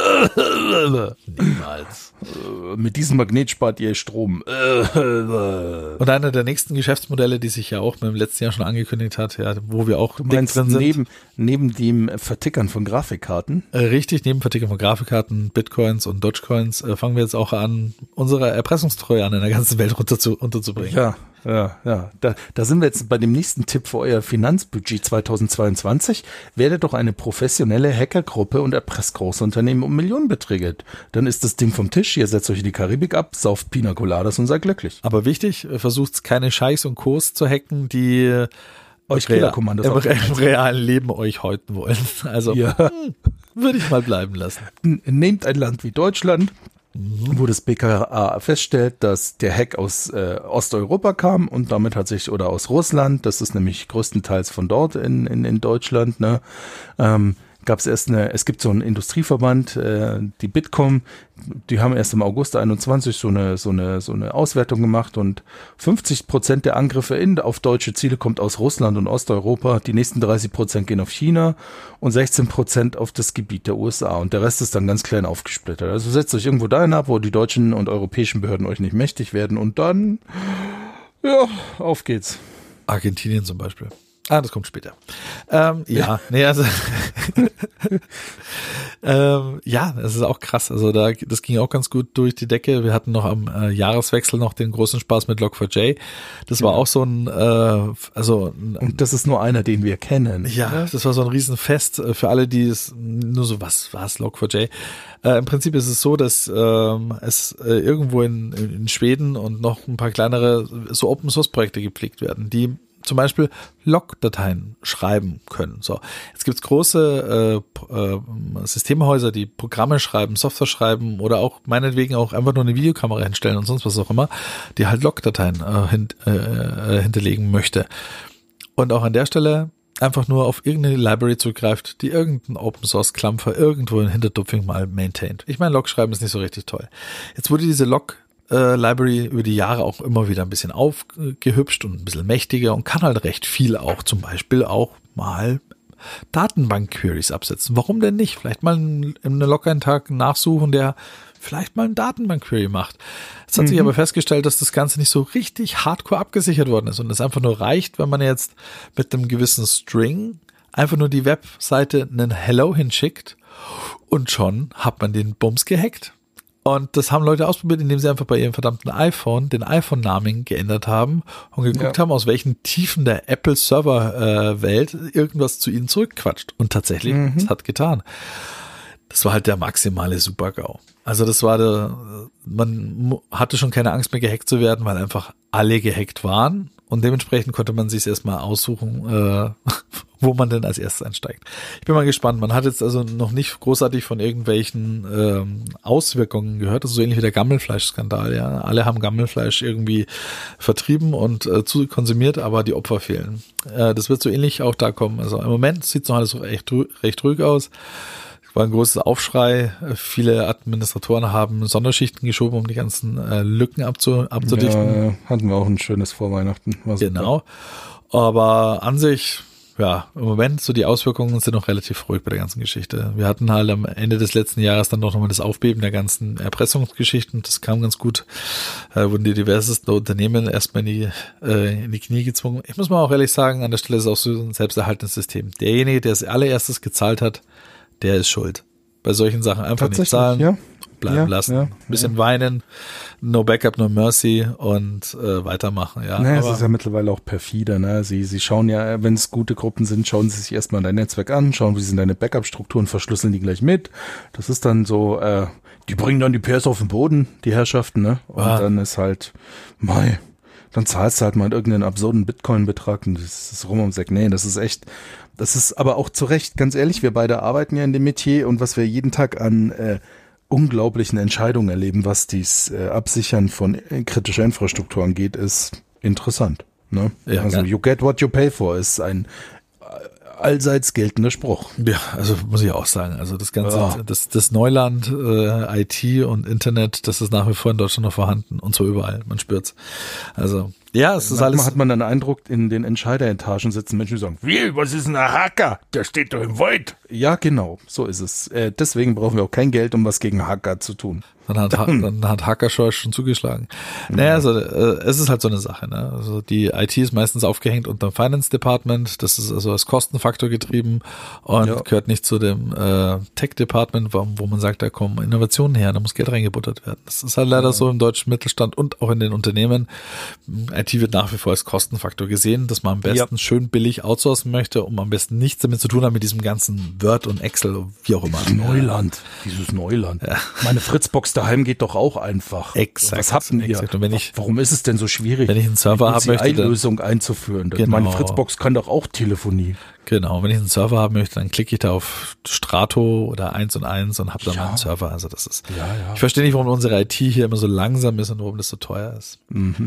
Niemals. Mit diesem Magnet spart ihr Strom. Und einer der nächsten Geschäftsmodelle, die sich ja auch im letzten Jahr schon angekündigt hat, ja, wo wir auch drin sind. Neben dem Vertickern von Grafikkarten? Richtig, neben Vertickern von Grafikkarten, Bitcoins und Dogecoins fangen wir jetzt auch an, unsere Erpressungstreue an in der ganzen Welt unterzubringen. Ja. Da sind wir jetzt bei dem nächsten Tipp für euer Finanzbudget 2022. Werdet doch eine professionelle Hackergruppe und erpresst große Unternehmen um Millionenbeträge. Dann ist das Ding vom Tisch, ihr setzt euch in die Karibik ab, sauft Pina Coladas und seid glücklich. Aber wichtig, versucht keine Scheichs und Kos zu hacken, die euch Killerkommandos im realen Leben euch häuten wollen. Also würde ich mal bleiben lassen. Nehmt ein Land wie Deutschland, wo das BKA feststellt, dass der Hack aus Osteuropa kam und damit oder aus Russland, das ist nämlich größtenteils von dort in Deutschland, ne, es gibt so einen Industrieverband, die Bitkom, die haben erst im August 21 so eine Auswertung gemacht und 50% der Angriffe auf deutsche Ziele kommt aus Russland und Osteuropa, die nächsten 30% gehen auf China und 16% auf das Gebiet der USA und der Rest ist dann ganz klein aufgesplittert. Also setzt euch irgendwo dahin ab, wo die deutschen und europäischen Behörden euch nicht mächtig werden und dann, ja, auf geht's. Argentinien zum Beispiel. Das kommt später. Es ist auch krass. Also das ging auch ganz gut durch die Decke. Wir hatten noch am Jahreswechsel noch den großen Spaß mit Log4j. Das war auch so ein, und das ist nur einer, den wir kennen. Ja, das war so ein Riesenfest für alle, die es nur so, was war's Log4j? Im Prinzip ist es so, dass es irgendwo in Schweden und noch ein paar kleinere so Open-Source-Projekte gepflegt werden, die zum Beispiel Log-Dateien schreiben können. So, jetzt gibt's große Systemhäuser, die Programme schreiben, Software schreiben oder auch meinetwegen auch einfach nur eine Videokamera hinstellen und sonst was auch immer, die halt Log-Dateien hinterlegen möchte. Und auch an der Stelle einfach nur auf irgendeine Library zugreift, die irgendein Open-Source-Klampfer irgendwo in Hintertupfing mal maintaint. Ich meine, Log-Schreiben ist nicht so richtig toll. Jetzt wurde diese Log-Library über die Jahre auch immer wieder ein bisschen aufgehübscht und ein bisschen mächtiger und kann halt recht viel auch, zum Beispiel auch mal Datenbank-Queries absetzen. Warum denn nicht? Vielleicht mal in einem Log-Eintrag nachsuchen, der vielleicht mal eine Datenbank-Query macht. Es hat sich aber festgestellt, dass das Ganze nicht so richtig hardcore abgesichert worden ist und es einfach nur reicht, wenn man jetzt mit einem gewissen String einfach nur die Webseite einen Hello hinschickt und schon hat man den Bums gehackt. Und das haben Leute ausprobiert, indem sie einfach bei ihrem verdammten iPhone den iPhone-Namen geändert haben und geguckt haben, aus welchen Tiefen der Apple-Server-Welt irgendwas zu ihnen zurückquatscht. Und tatsächlich, es hat getan. Das war halt der maximale Super-GAU. Also das war man hatte schon keine Angst mehr gehackt zu werden, weil einfach alle gehackt waren und dementsprechend konnte man sich erstmal aussuchen, wo man denn als erstes einsteigt. Ich bin mal gespannt. Man hat jetzt also noch nicht großartig von irgendwelchen Auswirkungen gehört. Das ist so ähnlich wie der Gammelfleisch-Skandal. Ja, alle haben Gammelfleisch irgendwie vertrieben und konsumiert, aber die Opfer fehlen. Das wird so ähnlich auch da kommen. Also im Moment sieht es noch alles so recht ruhig aus. War ein großer Aufschrei. Viele Administratoren haben Sonderschichten geschoben, um die ganzen Lücken abzudichten. Ja, hatten wir auch ein schönes Vorweihnachten. Genau. Aber an sich, ja, im Moment so die Auswirkungen sind noch relativ ruhig bei der ganzen Geschichte. Wir hatten halt am Ende des letzten Jahres dann doch nochmal das Aufbeben der ganzen Erpressungsgeschichten. Das kam ganz gut. Wurden die diversesten Unternehmen erstmal in die Knie gezwungen. Ich muss mal auch ehrlich sagen, an der Stelle ist auch so ein selbsterhaltendes System. Derjenige, der als allererstes gezahlt hat, der ist schuld. Bei solchen Sachen einfach nicht zahlen, bleiben lassen, ein bisschen weinen, no backup, no mercy und weitermachen. Ja, naja, es ist ja mittlerweile auch perfide. Ne? Sie schauen ja, wenn es gute Gruppen sind, schauen sie sich erstmal dein Netzwerk an, schauen, wie sind deine Backup-Strukturen, verschlüsseln die gleich mit. Das ist dann so, die bringen dann die PS auf den Boden, die Herrschaften, ne? Und dann ist halt, dann zahlst du halt mal irgendeinen absurden Bitcoin-Betrag und das ist rum ums Eck. Nee, das ist echt, das ist aber auch zu Recht, ganz ehrlich, wir beide arbeiten ja in dem Metier und was wir jeden Tag an unglaublichen Entscheidungen erleben, was dies Absichern von kritischer Infrastruktur angeht, ist interessant. Ne? Ja, also you get what you pay for ist ein allseits geltender Spruch. Ja, also muss ich auch sagen, also das ganze, das Neuland, IT und Internet, das ist nach wie vor in Deutschland noch vorhanden und so überall, man spürt's. Also, ja, es ist alles. Manchmal hat man den Eindruck, in den Entscheideretagen sitzen Menschen, die sagen, wie, was ist ein Hacker? Der steht doch im Wald. Ja, genau, so ist es. Deswegen brauchen wir auch kein Geld, um was gegen Hacker zu tun. Dann hat Hackerschorsch schon zugeschlagen. Naja, also es ist halt so eine Sache. Ne? Also die IT ist meistens aufgehängt unter dem Finance Department. Das ist also als Kostenfaktor getrieben und gehört nicht zu dem Tech Department, wo man sagt, da kommen Innovationen her, da muss Geld reingebuttert werden. Das ist halt leider so im deutschen Mittelstand und auch in den Unternehmen. IT wird nach wie vor als Kostenfaktor gesehen, dass man am besten schön billig outsourcen möchte, um am besten nichts damit zu tun haben mit diesem ganzen Word und Excel, wie auch immer. Neuland, dieses Neuland. Ja. Meine Fritzbox daheim geht doch auch einfach. Exakt. Was habt ihr? Und warum ist es denn so schwierig, wenn ich einen Server haben möchte, die Lösung einzuführen? Genau. Meine Fritzbox kann doch auch Telefonie. Genau, wenn ich einen Server haben möchte, dann klicke ich da auf Strato oder 1&1 und habe dann meinen Server. Also das ist. Ich verstehe nicht, warum unsere IT hier immer so langsam ist und warum das so teuer ist.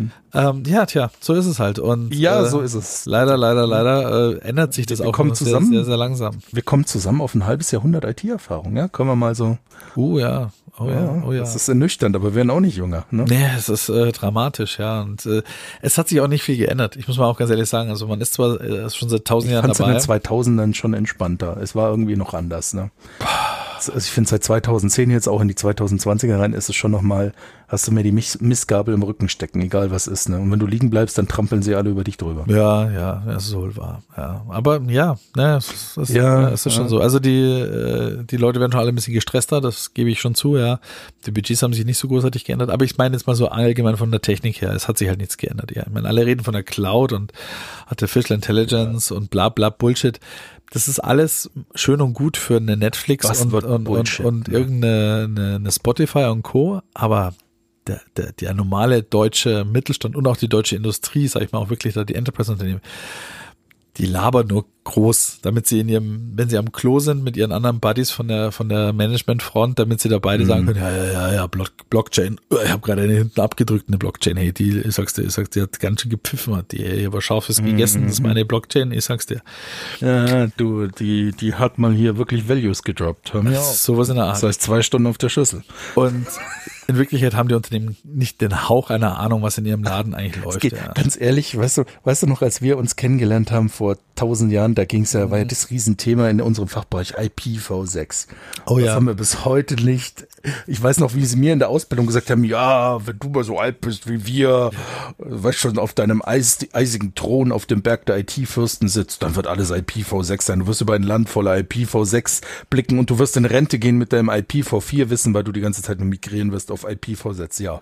So ist es halt. Und so ist es. Leider ändert sich das auch sehr, sehr, sehr langsam. Wir kommen zusammen auf ein halbes Jahrhundert IT-Erfahrung, ja? Können wir mal so. Oh ja. Das ist ernüchternd, aber wir werden auch nicht jünger. Ne? Nee, es ist dramatisch, ja. Und es hat sich auch nicht viel geändert. Ich muss mal auch ganz ehrlich sagen, also man ist zwar schon seit 1000 Jahren dabei. Ich fand es in den 2000ern schon entspannter. Es war irgendwie noch anders, ne? Also ich finde seit 2010 jetzt auch in die 2020er rein ist es schon nochmal, hast du mir die Mistgabel im Rücken stecken, egal was ist, ne? Und wenn du liegen bleibst, dann trampeln sie alle über dich drüber. Ja, das ist wohl wahr. Ja, aber es ist schon so. Also die Leute werden schon alle ein bisschen gestresster, das gebe ich schon zu, ja. Die Budgets haben sich nicht so großartig geändert, aber ich meine jetzt mal so allgemein von der Technik her, es hat sich halt nichts geändert, ja. Ich meine, alle reden von der Cloud und Artificial Intelligence und bla bla Bullshit. Das ist alles schön und gut für eine Netflix und irgendeine Spotify und Co. Aber der normale deutsche Mittelstand und auch die deutsche Industrie, sag ich mal auch wirklich da die Enterprise-Unternehmen, die labern nur groß, damit sie wenn sie am Klo sind mit ihren anderen Buddies von der Managementfront, damit sie da beide sagen können, ja, Blockchain, ich habe gerade eine hinten abgedrückt, eine Blockchain, hey, ich sag's dir, die hat ganz schön gepfiffen, die aber scharfes gegessen, das ist meine Blockchain, ich sag's dir. Ja, die hat mal hier wirklich Values gedroppt. Hör mir auf. Sowas in der Art. Das heißt 2 Stunden auf der Schüssel. Und in Wirklichkeit haben die Unternehmen nicht den Hauch einer Ahnung, was in ihrem Laden eigentlich läuft. Ganz ehrlich, weißt du noch, als wir uns kennengelernt haben vor 1000 Jahren, da war ja das Riesenthema in unserem Fachbereich IPv6. Oh ja. Das haben wir bis heute nicht. Ich weiß noch, wie sie mir in der Ausbildung gesagt haben, ja, wenn du mal so alt bist wie wir, weißt schon, auf deinem eisigen Thron auf dem Berg der IT-Fürsten sitzt, dann wird alles IPv6 sein. Du wirst über ein Land voller IPv6 blicken und du wirst in Rente gehen mit deinem IPv4 wissen, weil du die ganze Zeit nur migrieren wirst auf IPv6, ja.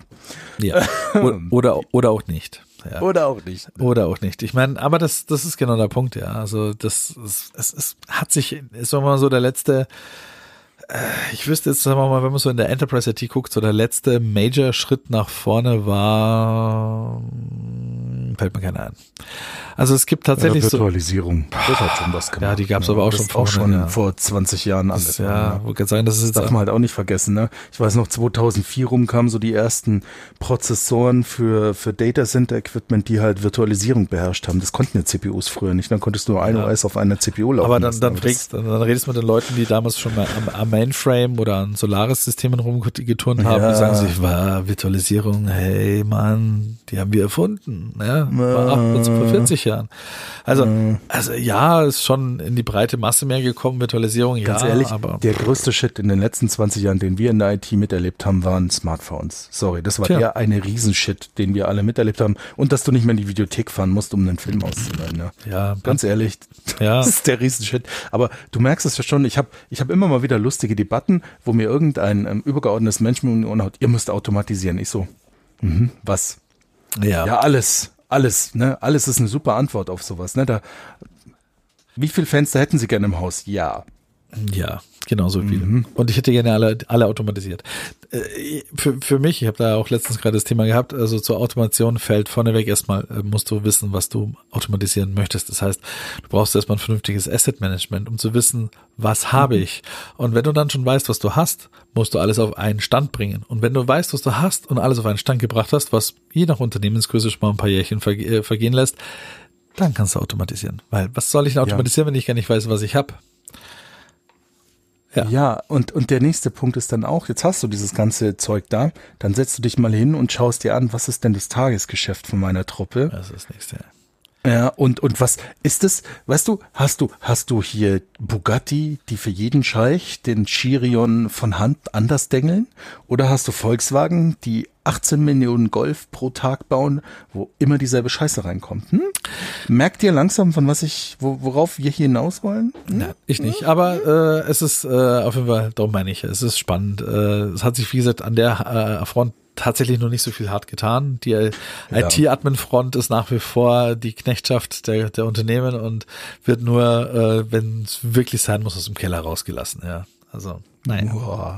Oder auch nicht. Ja. Oder auch nicht. Oder auch nicht. Ich meine, aber das ist genau der Punkt, ja. Also es hat sich, ist mal so der letzte, ich wüsste jetzt, sagen wir mal, wenn man so in der Enterprise IT guckt, so der letzte Major-Schritt nach vorne war, fällt mir keiner ein. Also es gibt tatsächlich Virtualisierung. Das hat schon was gemacht. Ja, die gab es aber auch schon vor 20 Jahren angefangen. Ja, wollte gerade sagen, das ist jetzt darf man halt auch nicht vergessen, ne? Ich weiß noch, 2004 rum kamen so die ersten Prozessoren für Data Center Equipment, die halt Virtualisierung beherrscht haben. Das konnten ja CPUs früher nicht. Dann konntest du nur ein OS auf einer CPU laufen. Aber dann redest du mit den Leuten, die damals schon mal am Mainframe oder an Solaris-Systemen rumgeturnt haben, die sagen sich, Virtualisierung, hey Mann, die haben wir erfunden, ne? Vor 40 Jahren. Also ja, ist schon in die breite Masse mehr gekommen, Virtualisierung, ganz ehrlich, aber der größte Shit in den letzten 20 Jahren, den wir in der IT miterlebt haben, waren Smartphones. Sorry, das war eher eine Riesenshit, den wir alle miterlebt haben. Und dass du nicht mehr in die Videothek fahren musst, um einen Film auszuleihen. Ne? Ja, ganz ehrlich, das ist der Riesenshit. Aber du merkst es ja schon, ich hab immer mal wieder lustige Debatten, wo mir irgendein übergeordnetes Mensch um die Ohren haut, ihr müsst automatisieren. Ich so, was? Ja, alles, ne? Alles ist eine super Antwort auf sowas, ne? Wie viele Fenster hätten Sie gerne im Haus? Ja, genauso viele. Und ich hätte gerne alle automatisiert. Für mich, ich habe da auch letztens gerade das Thema gehabt, also zur Automation fällt vorneweg erstmal, musst du wissen, was du automatisieren möchtest. Das heißt, du brauchst erstmal ein vernünftiges Asset Management, um zu wissen, was habe ich. Und wenn du dann schon weißt, was du hast, musst du alles auf einen Stand bringen. Und wenn du weißt, was du hast und alles auf einen Stand gebracht hast, was je nach Unternehmensgröße schon mal ein paar Jährchen vergehen lässt, dann kannst du automatisieren. Weil was soll ich denn automatisieren, wenn ich gar nicht weiß, was ich habe? Ja, und der nächste Punkt ist dann auch, jetzt hast du dieses ganze Zeug da, dann setzt du dich mal hin und schaust dir an, was ist denn das Tagesgeschäft von meiner Truppe? Das ist das nächste. Ja, und was ist das, weißt du, hast du hier Bugatti, die für jeden Scheich den Chiron von Hand anders dengeln? Oder hast du Volkswagen, die 18 Millionen Golf pro Tag bauen, wo immer dieselbe Scheiße reinkommt? Merkt ihr langsam, von worauf wir hier hinaus wollen? Nein, ich nicht. Aber es ist auf jeden Fall, darum meine ich, es ist spannend. Es hat sich, wie gesagt, an der Front tatsächlich noch nicht so viel hart getan. Die IT-Admin-Front ist nach wie vor die Knechtschaft der Unternehmen und wird nur, wenn es wirklich sein muss, aus dem Keller rausgelassen. Ja, also nein.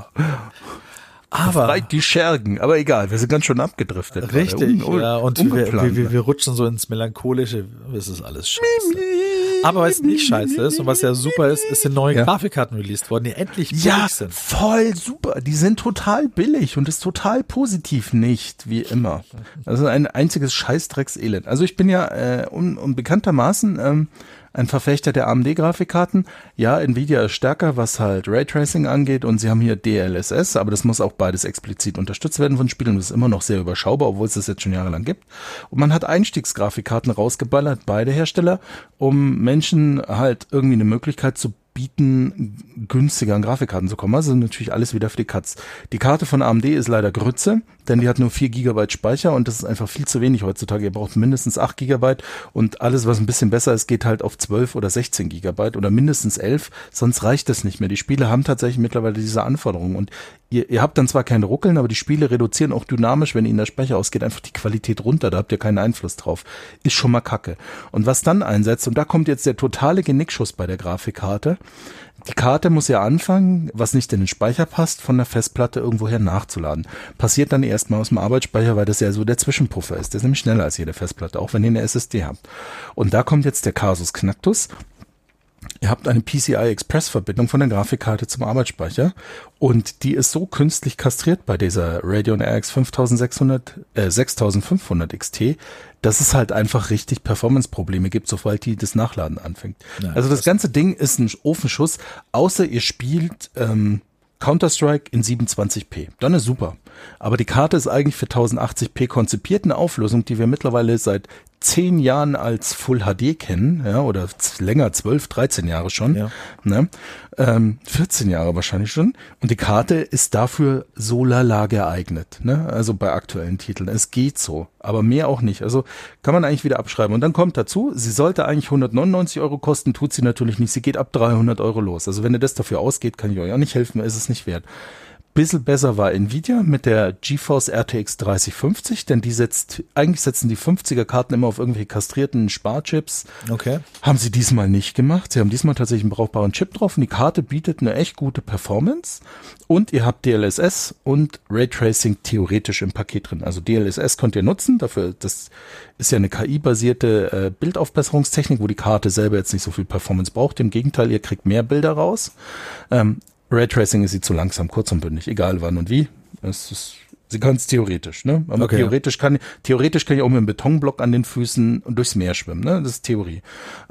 Aber befreit die Schergen, aber egal, wir sind ganz schön abgedriftet. Richtig, und wir rutschen so ins Melancholische, es ist alles scheiße. Aber was nicht scheiße ist und was ja super ist, sind neue Grafikkarten released worden, die endlich billig sind. Ja, voll super. Die sind total billig und ist total positiv, nicht wie immer. Das ist ein einziges Scheißdreckselend. Also ich bin ja unbekanntermaßen ein Verfechter der AMD-Grafikkarten. Ja, Nvidia ist stärker, was halt Raytracing angeht und sie haben hier DLSS, aber das muss auch beides explizit unterstützt werden von Spielen und das ist immer noch sehr überschaubar, obwohl es das jetzt schon jahrelang gibt. Und man hat Einstiegsgrafikkarten rausgeballert, beide Hersteller, um Menschen halt irgendwie eine Möglichkeit zu bieten, günstiger an Grafikkarten zu kommen. Also natürlich alles wieder für die Katz. Die Karte von AMD ist leider Grütze, denn die hat nur 4 GB Speicher und das ist einfach viel zu wenig heutzutage. Ihr braucht mindestens 8 GB und alles, was ein bisschen besser ist, geht halt auf 12 oder 16 GB oder mindestens 11, sonst reicht das nicht mehr. Die Spiele haben tatsächlich mittlerweile diese Anforderungen und ihr habt dann zwar keine Ruckeln, aber die Spiele reduzieren auch dynamisch, wenn ihnen der Speicher ausgeht, einfach die Qualität runter, da habt ihr keinen Einfluss drauf. Ist schon mal kacke. Und was dann einsetzt, und da kommt jetzt der totale Genickschuss bei der Grafikkarte, die Karte muss ja anfangen, was nicht in den Speicher passt, von der Festplatte irgendwoher nachzuladen. Passiert dann erstmal aus dem Arbeitsspeicher, weil das ja so der Zwischenpuffer ist. Der ist nämlich schneller als jede Festplatte, auch wenn ihr eine SSD habt. Und da kommt jetzt der Kasus Knacktus. Ihr habt eine PCI-Express-Verbindung von der Grafikkarte zum Arbeitsspeicher und die ist so künstlich kastriert bei dieser Radeon RX 6500 XT, dass es halt einfach richtig Performance-Probleme gibt, sobald die das Nachladen anfängt. Ja, also das ganze Ding ist ein Ofenschuss, außer ihr spielt Counter-Strike in 27p. Dann ist super. Aber die Karte ist eigentlich für 1080p konzipiert, eine Auflösung, die wir mittlerweile seit 10 Jahren als Full HD kennen, ja, oder länger, 12, 13 Jahre schon, Ja. Ne? 14 Jahre wahrscheinlich schon. Und die Karte ist dafür so lala geeignet, ne? Also bei aktuellen Titeln. Es geht so, aber mehr auch nicht. Also kann man eigentlich wieder abschreiben. Und dann kommt dazu, sie sollte eigentlich 199 Euro kosten, tut sie natürlich nicht. Sie geht ab 300 Euro los. Also wenn ihr das dafür ausgeht, kann ich euch auch nicht helfen, ist es nicht wert. Bisschen besser war Nvidia mit der GeForce RTX 3050, denn eigentlich setzen die 50er Karten immer auf irgendwelche kastrierten Sparchips. Okay. Haben sie diesmal nicht gemacht. Sie haben diesmal tatsächlich einen brauchbaren Chip drauf und die Karte bietet eine echt gute Performance und ihr habt DLSS und Raytracing theoretisch im Paket drin. Also DLSS könnt ihr nutzen, dafür, das ist ja eine KI-basierte Bildaufbesserungstechnik, wo die Karte selber jetzt nicht so viel Performance braucht. Im Gegenteil, ihr kriegt mehr Bilder raus. Raytracing ist sie zu langsam, kurz und bündig, egal wann und wie. Sie kann es theoretisch, ne? Aber okay, theoretisch kann ich auch mit einem Betonblock an den Füßen und durchs Meer schwimmen, ne? Das ist Theorie.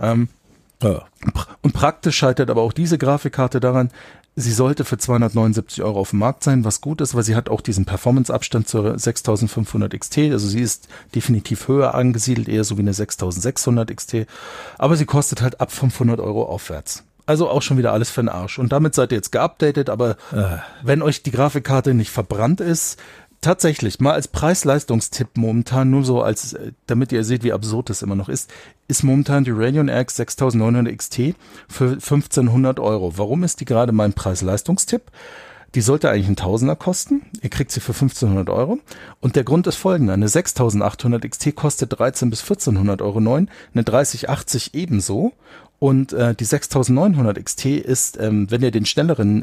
Und praktisch scheitert aber auch diese Grafikkarte daran, sie sollte für 279 Euro auf dem Markt sein, was gut ist, weil sie hat auch diesen Performance-Abstand zur 6500 XT, also sie ist definitiv höher angesiedelt, eher so wie eine 6600 XT, aber sie kostet halt ab 500 Euro aufwärts. Also auch schon wieder alles für den Arsch. Und damit seid ihr jetzt geupdatet, aber wenn euch die Grafikkarte nicht verbrannt ist, tatsächlich mal als Preis-Leistungstipp momentan, nur so als, damit ihr seht, wie absurd das immer noch ist momentan die Radeon RX 6900 XT für 1500 Euro. Warum ist die gerade mein Preis-Leistungstipp? Die sollte eigentlich einen Tausender kosten. Ihr kriegt sie für 1500 Euro. Und der Grund ist folgender. Eine 6800 XT kostet 13 bis 1400 Euro neu. Eine 3080 ebenso. Und die 6900 XT ist, wenn ihr den schnelleren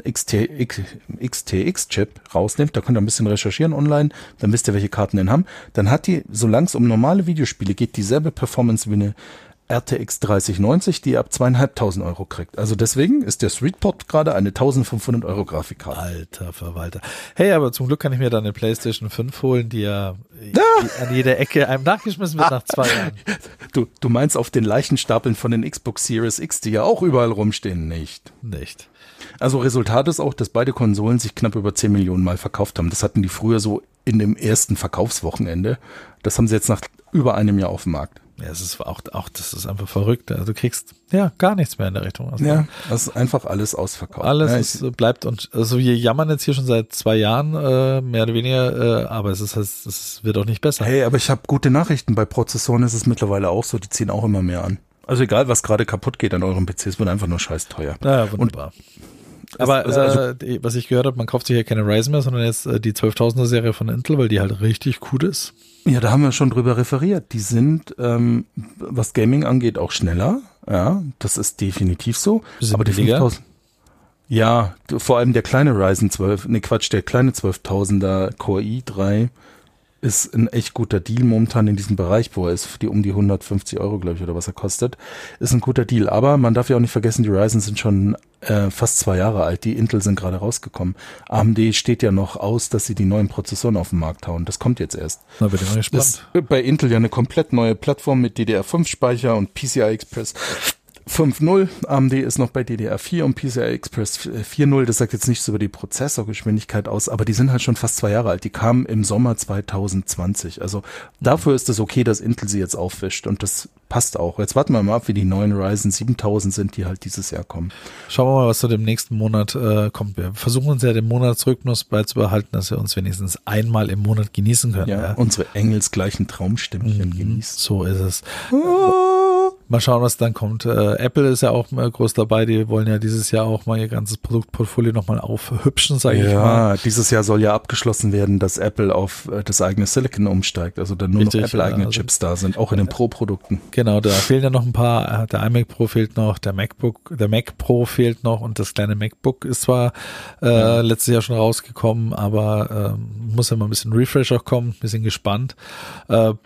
XTX-Chip rausnehmt, da könnt ihr ein bisschen recherchieren online, dann wisst ihr, welche Karten den haben, dann hat die, solange es um normale Videospiele geht, dieselbe Performance wie eine RTX 3090, die ihr ab 2500 Euro kriegt. Also deswegen ist der Sweetpot gerade eine 1500 Euro Grafikkarte. Alter Verwalter. Hey, aber zum Glück kann ich mir dann eine PlayStation 5 holen, die ja an jeder Ecke einem nachgeschmissen wird nach 2 Jahren. Du meinst auf den Leichenstapeln von den Xbox Series X, die ja auch überall rumstehen, nicht? Nicht. Also Resultat ist auch, dass beide Konsolen sich knapp über 10 Millionen Mal verkauft haben. Das hatten die früher so in dem ersten Verkaufswochenende. Das haben sie jetzt nach über einem Jahr auf dem Markt. Ja, es ist auch das ist einfach verrückt. Also du kriegst ja gar nichts mehr in der Richtung. Also ja, das ist einfach alles ausverkauft. Alles bleibt und also wir jammern jetzt hier schon seit 2 Jahren mehr oder weniger, aber es wird auch nicht besser. Hey, aber ich habe gute Nachrichten. Bei Prozessoren ist es mittlerweile auch so, die ziehen auch immer mehr an. Also egal, was gerade kaputt geht an eurem PC, es wird einfach nur scheiß teuer. Ja, wunderbar. Aber was ich gehört habe, man kauft sich ja keine Ryzen mehr, sondern jetzt die 12.000er Serie von Intel, weil die halt richtig gut ist. Ja, da haben wir schon drüber referiert. Die sind, was Gaming angeht, auch schneller. Ja, das ist definitiv so. Aber die 5000. Ja, vor allem der kleine Ryzen 12, der kleine 12.000er Core i3 ist ein echt guter Deal momentan in diesem Bereich, wo er ist, um die 150 Euro, glaube ich, oder was er kostet. Ist ein guter Deal. Aber man darf ja auch nicht vergessen, die Ryzen sind schon fast 2 Jahre alt. Die Intel sind gerade rausgekommen. AMD steht ja noch aus, dass sie die neuen Prozessoren auf den Markt hauen. Das kommt jetzt erst. Na, bin ich mal gespannt. Ist bei Intel ja eine komplett neue Plattform mit DDR5-Speicher und PCI Express 5.0, AMD ist noch bei DDR4 und PCI Express 4.0, das sagt jetzt nichts über die Prozessorgeschwindigkeit aus, aber die sind halt schon fast 2 Jahre alt, die kamen im Sommer 2020, also dafür ist es okay, dass Intel sie jetzt aufwischt und das passt auch. Jetzt warten wir mal ab, wie die neuen Ryzen 7000 sind, die halt dieses Jahr kommen. Schauen wir mal, was zu dem nächsten Monat kommt. Wir versuchen uns ja den Monatsrhythmus beizubehalten, dass wir uns wenigstens einmal im Monat genießen können. Ja, unsere engelsgleichen Traumstimmchen genießen. So ist es. Mal schauen, was dann kommt. Apple ist ja auch groß dabei. Die wollen ja dieses Jahr auch mal ihr ganzes Produktportfolio nochmal aufhübschen, sage ich mal. Ja, dieses Jahr soll ja abgeschlossen werden, dass Apple auf das eigene Silicon umsteigt. Also dann nur noch Apple-eigene Chips da sind, auch in den Pro-Produkten. Genau, da fehlen ja noch ein paar. Der iMac Pro fehlt noch, der Mac Pro fehlt noch und das kleine MacBook ist zwar letztes Jahr schon rausgekommen, aber muss ja mal ein bisschen Refresh auch kommen. Wir sind gespannt.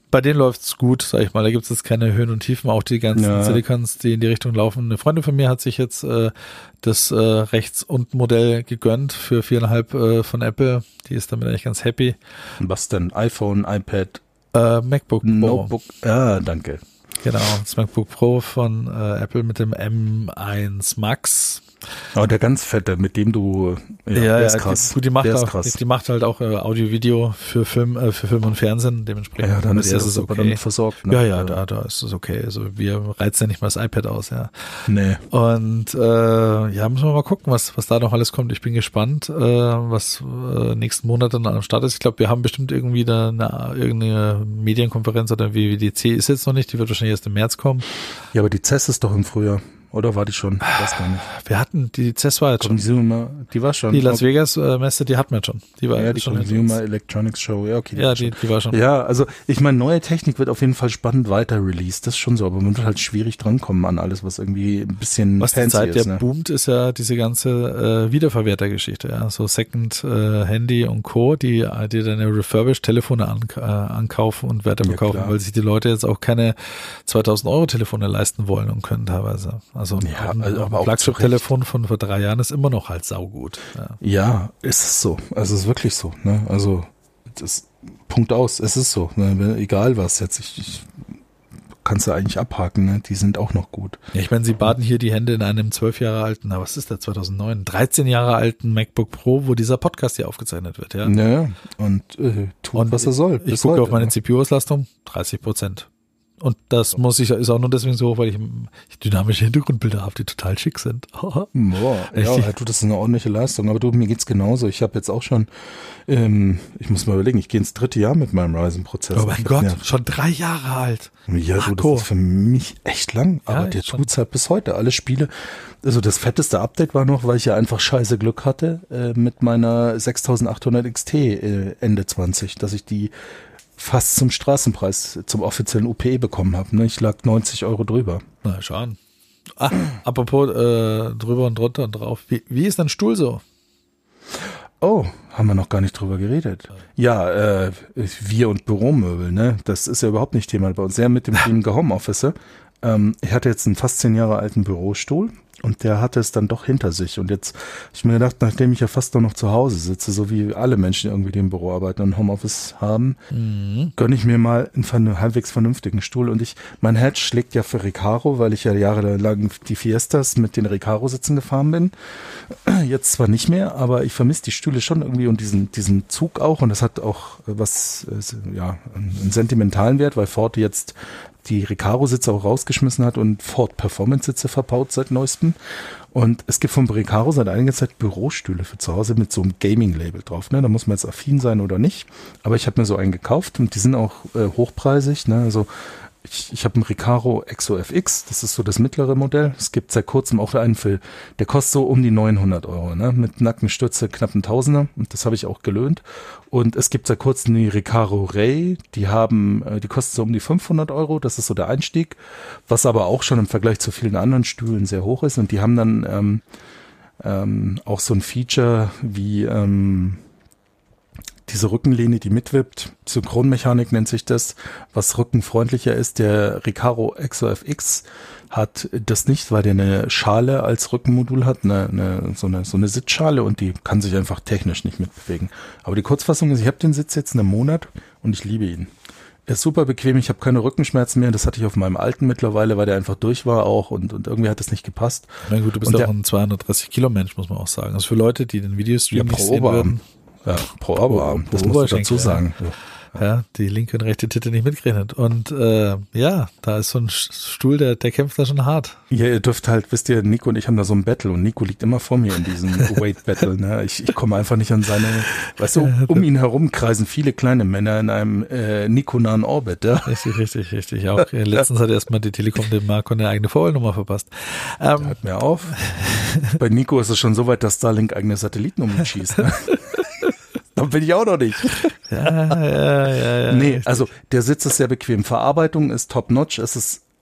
bei denen läuft's gut, sag ich mal. Da gibt's jetzt keine Höhen und Tiefen, auch die ganzen Silicons, die in die Richtung laufen. Eine Freundin von mir hat sich jetzt das rechts unten Modell gegönnt für 4,5 von Apple. Die ist damit eigentlich ganz happy. Was denn? iPhone, iPad, MacBook Pro. Notebook? Ja, danke. Genau, das MacBook Pro von Apple mit dem M1 Max. Aber der ganz fette, mit dem du, der ist krass. Die macht halt auch Audio-Video für Film und Fernsehen, dementsprechend. Ja, dann ist es okay. Damit versorgt. Ne? Ja, da ist es okay. Also wir reizen ja nicht mal das iPad aus, ja. Nee. Und müssen wir mal gucken, was da noch alles kommt. Ich bin gespannt, was nächsten Monat dann am Start ist. Ich glaube, wir haben bestimmt irgendwie da irgendeine Medienkonferenz oder WWDC ist jetzt noch nicht, die wird wahrscheinlich erst im März kommen. Ja, aber die CES ist doch im Frühjahr. Oder war die schon? Ich weiß gar nicht. Wir hatten, die CES war jetzt schon. Die war schon. Die Las Vegas Messe, die hatten wir schon. Die war die schon. Consumer Electronics Show, ja, okay. Die war schon. Ja, also ich meine, neue Technik wird auf jeden Fall spannend weiter released. Das ist schon so, aber man wird halt schwierig drankommen an alles, was irgendwie ein bisschen was fancy die Zeit ist. Der boomt, ist ja diese ganze Wiederverwertergeschichte, ja. So Second Handy und Co., die deine refurbished Telefone ankaufen und weiterverkaufen, weil sich die Leute jetzt auch keine 2.000 € Telefone leisten wollen und können teilweise. Also aber ein Flagship-Telefon von vor 3 Jahren ist immer noch halt saugut. Ja, ist es so. Also es ist wirklich so. Ne? Also das Punkt aus, es ist so. Ne? Egal was jetzt, ich kannst du eigentlich abhaken, ne? Die sind auch noch gut. Ja, ich meine, sie baden hier die Hände in einem 12 Jahre alten, was ist der, 2009, 13 Jahre alten MacBook Pro, wo dieser Podcast hier aufgezeichnet wird. Ja, und tut, was er soll. Ich gucke auf meine CPU-Auslastung, 30%. Und das ist auch nur deswegen so hoch, weil ich dynamische Hintergrundbilder habe, die total schick sind. Das ist eine ordentliche Leistung. Aber mir geht's genauso. Ich habe jetzt auch schon, ich muss mal überlegen, ich gehe ins 3. Jahr mit meinem Ryzen-Prozessor. Oh mein Gott, schon 3 Jahre alt. Ja, das ist für mich echt lang. Aber der tut's halt bis heute. Alle Spiele, also das fetteste Update war noch, weil ich ja einfach scheiße Glück hatte mit meiner 6800 XT Ende 20, dass ich die fast zum Straßenpreis, zum offiziellen UPE bekommen habe. Ne? Ich lag 90 € drüber. Na, schade. Apropos drüber und drunter und drauf. Wie ist dein Stuhl so? Oh, haben wir noch gar nicht drüber geredet. Ja, wir und Büromöbel, ne? Das ist ja überhaupt nicht Thema bei uns. Sehr mit dem Thema Homeoffice. Ich hatte jetzt einen fast 10 Jahre alten Bürostuhl. Und der hatte es dann doch hinter sich. Und jetzt habe ich mir gedacht, nachdem ich ja fast noch zu Hause sitze, so wie alle Menschen irgendwie, die im Büro arbeiten und Homeoffice haben, gönne ich mir mal einen halbwegs vernünftigen Stuhl. Und mein Herz schlägt ja für Recaro, weil ich ja jahrelang die Fiestas mit den Recaro-Sitzen gefahren bin. Jetzt zwar nicht mehr, aber ich vermisse die Stühle schon irgendwie und diesen Zug auch. Und das hat auch einen sentimentalen Wert, weil Ford jetzt die Recaro-Sitze auch rausgeschmissen hat und Ford Performance-Sitze verbaut seit neuestem. Und es gibt von Recaro seit einiger Zeit Bürostühle für zu Hause mit so einem Gaming-Label drauf. Ne? Da muss man jetzt affin sein oder nicht. Aber ich habe mir so einen gekauft und die sind auch hochpreisig. Ne? Also ich habe einen Recaro XOFX, das ist so das mittlere Modell. Es gibt seit kurzem auch einen der kostet so um die 900 €, ne? Mit Nackenstütze knapp ein Tausender und das habe ich auch gelöhnt. Und es gibt seit kurzem die Recaro Ray, die kosten so um die 500 €, das ist so der Einstieg, was aber auch schon im Vergleich zu vielen anderen Stühlen sehr hoch ist. Und die haben dann auch so ein Feature wie diese Rückenlehne, die mitwippt, Synchronmechanik nennt sich das, was rückenfreundlicher ist. Der Recaro XOFX hat das nicht, weil der eine Schale als Rückenmodul hat, so eine Sitzschale und die kann sich einfach technisch nicht mitbewegen. Aber die Kurzfassung ist, ich habe den Sitz jetzt einen Monat und ich liebe ihn. Er ist super bequem, ich habe keine Rückenschmerzen mehr, das hatte ich auf meinem alten mittlerweile, weil der einfach durch war auch und irgendwie hat das nicht gepasst. Na gut, du bist auch ein 230 Kilo Mensch, muss man auch sagen. Also für Leute, die den Videostream nicht sehen würden. Ja, pro Oberarm, das musst du dazu sagen. Ja, die linke und rechte Titte nicht mitgerechnet. Und da ist so ein Stuhl, der kämpft da schon hart. Ja, ihr dürft halt, wisst ihr, Nico und ich haben da so ein Battle und Nico liegt immer vor mir in diesem Weight-Battle. Ne? Ich komme einfach nicht an seine, weißt du, um ihn herum kreisen viele kleine Männer in einem Nico-nahen Orbit. Ja? Richtig. Auch letztens hat erstmal die Telekom dem Marco eine eigene Vorwahlnummer verpasst. Hört mir auf. Bei Nico ist es schon so weit, dass Starlink eigene Satelliten um ihn schießt. Ne? Dann bin ich auch noch nicht. Ja. Nee, also der Sitz ist sehr bequem. Verarbeitung ist top-notch. Es ist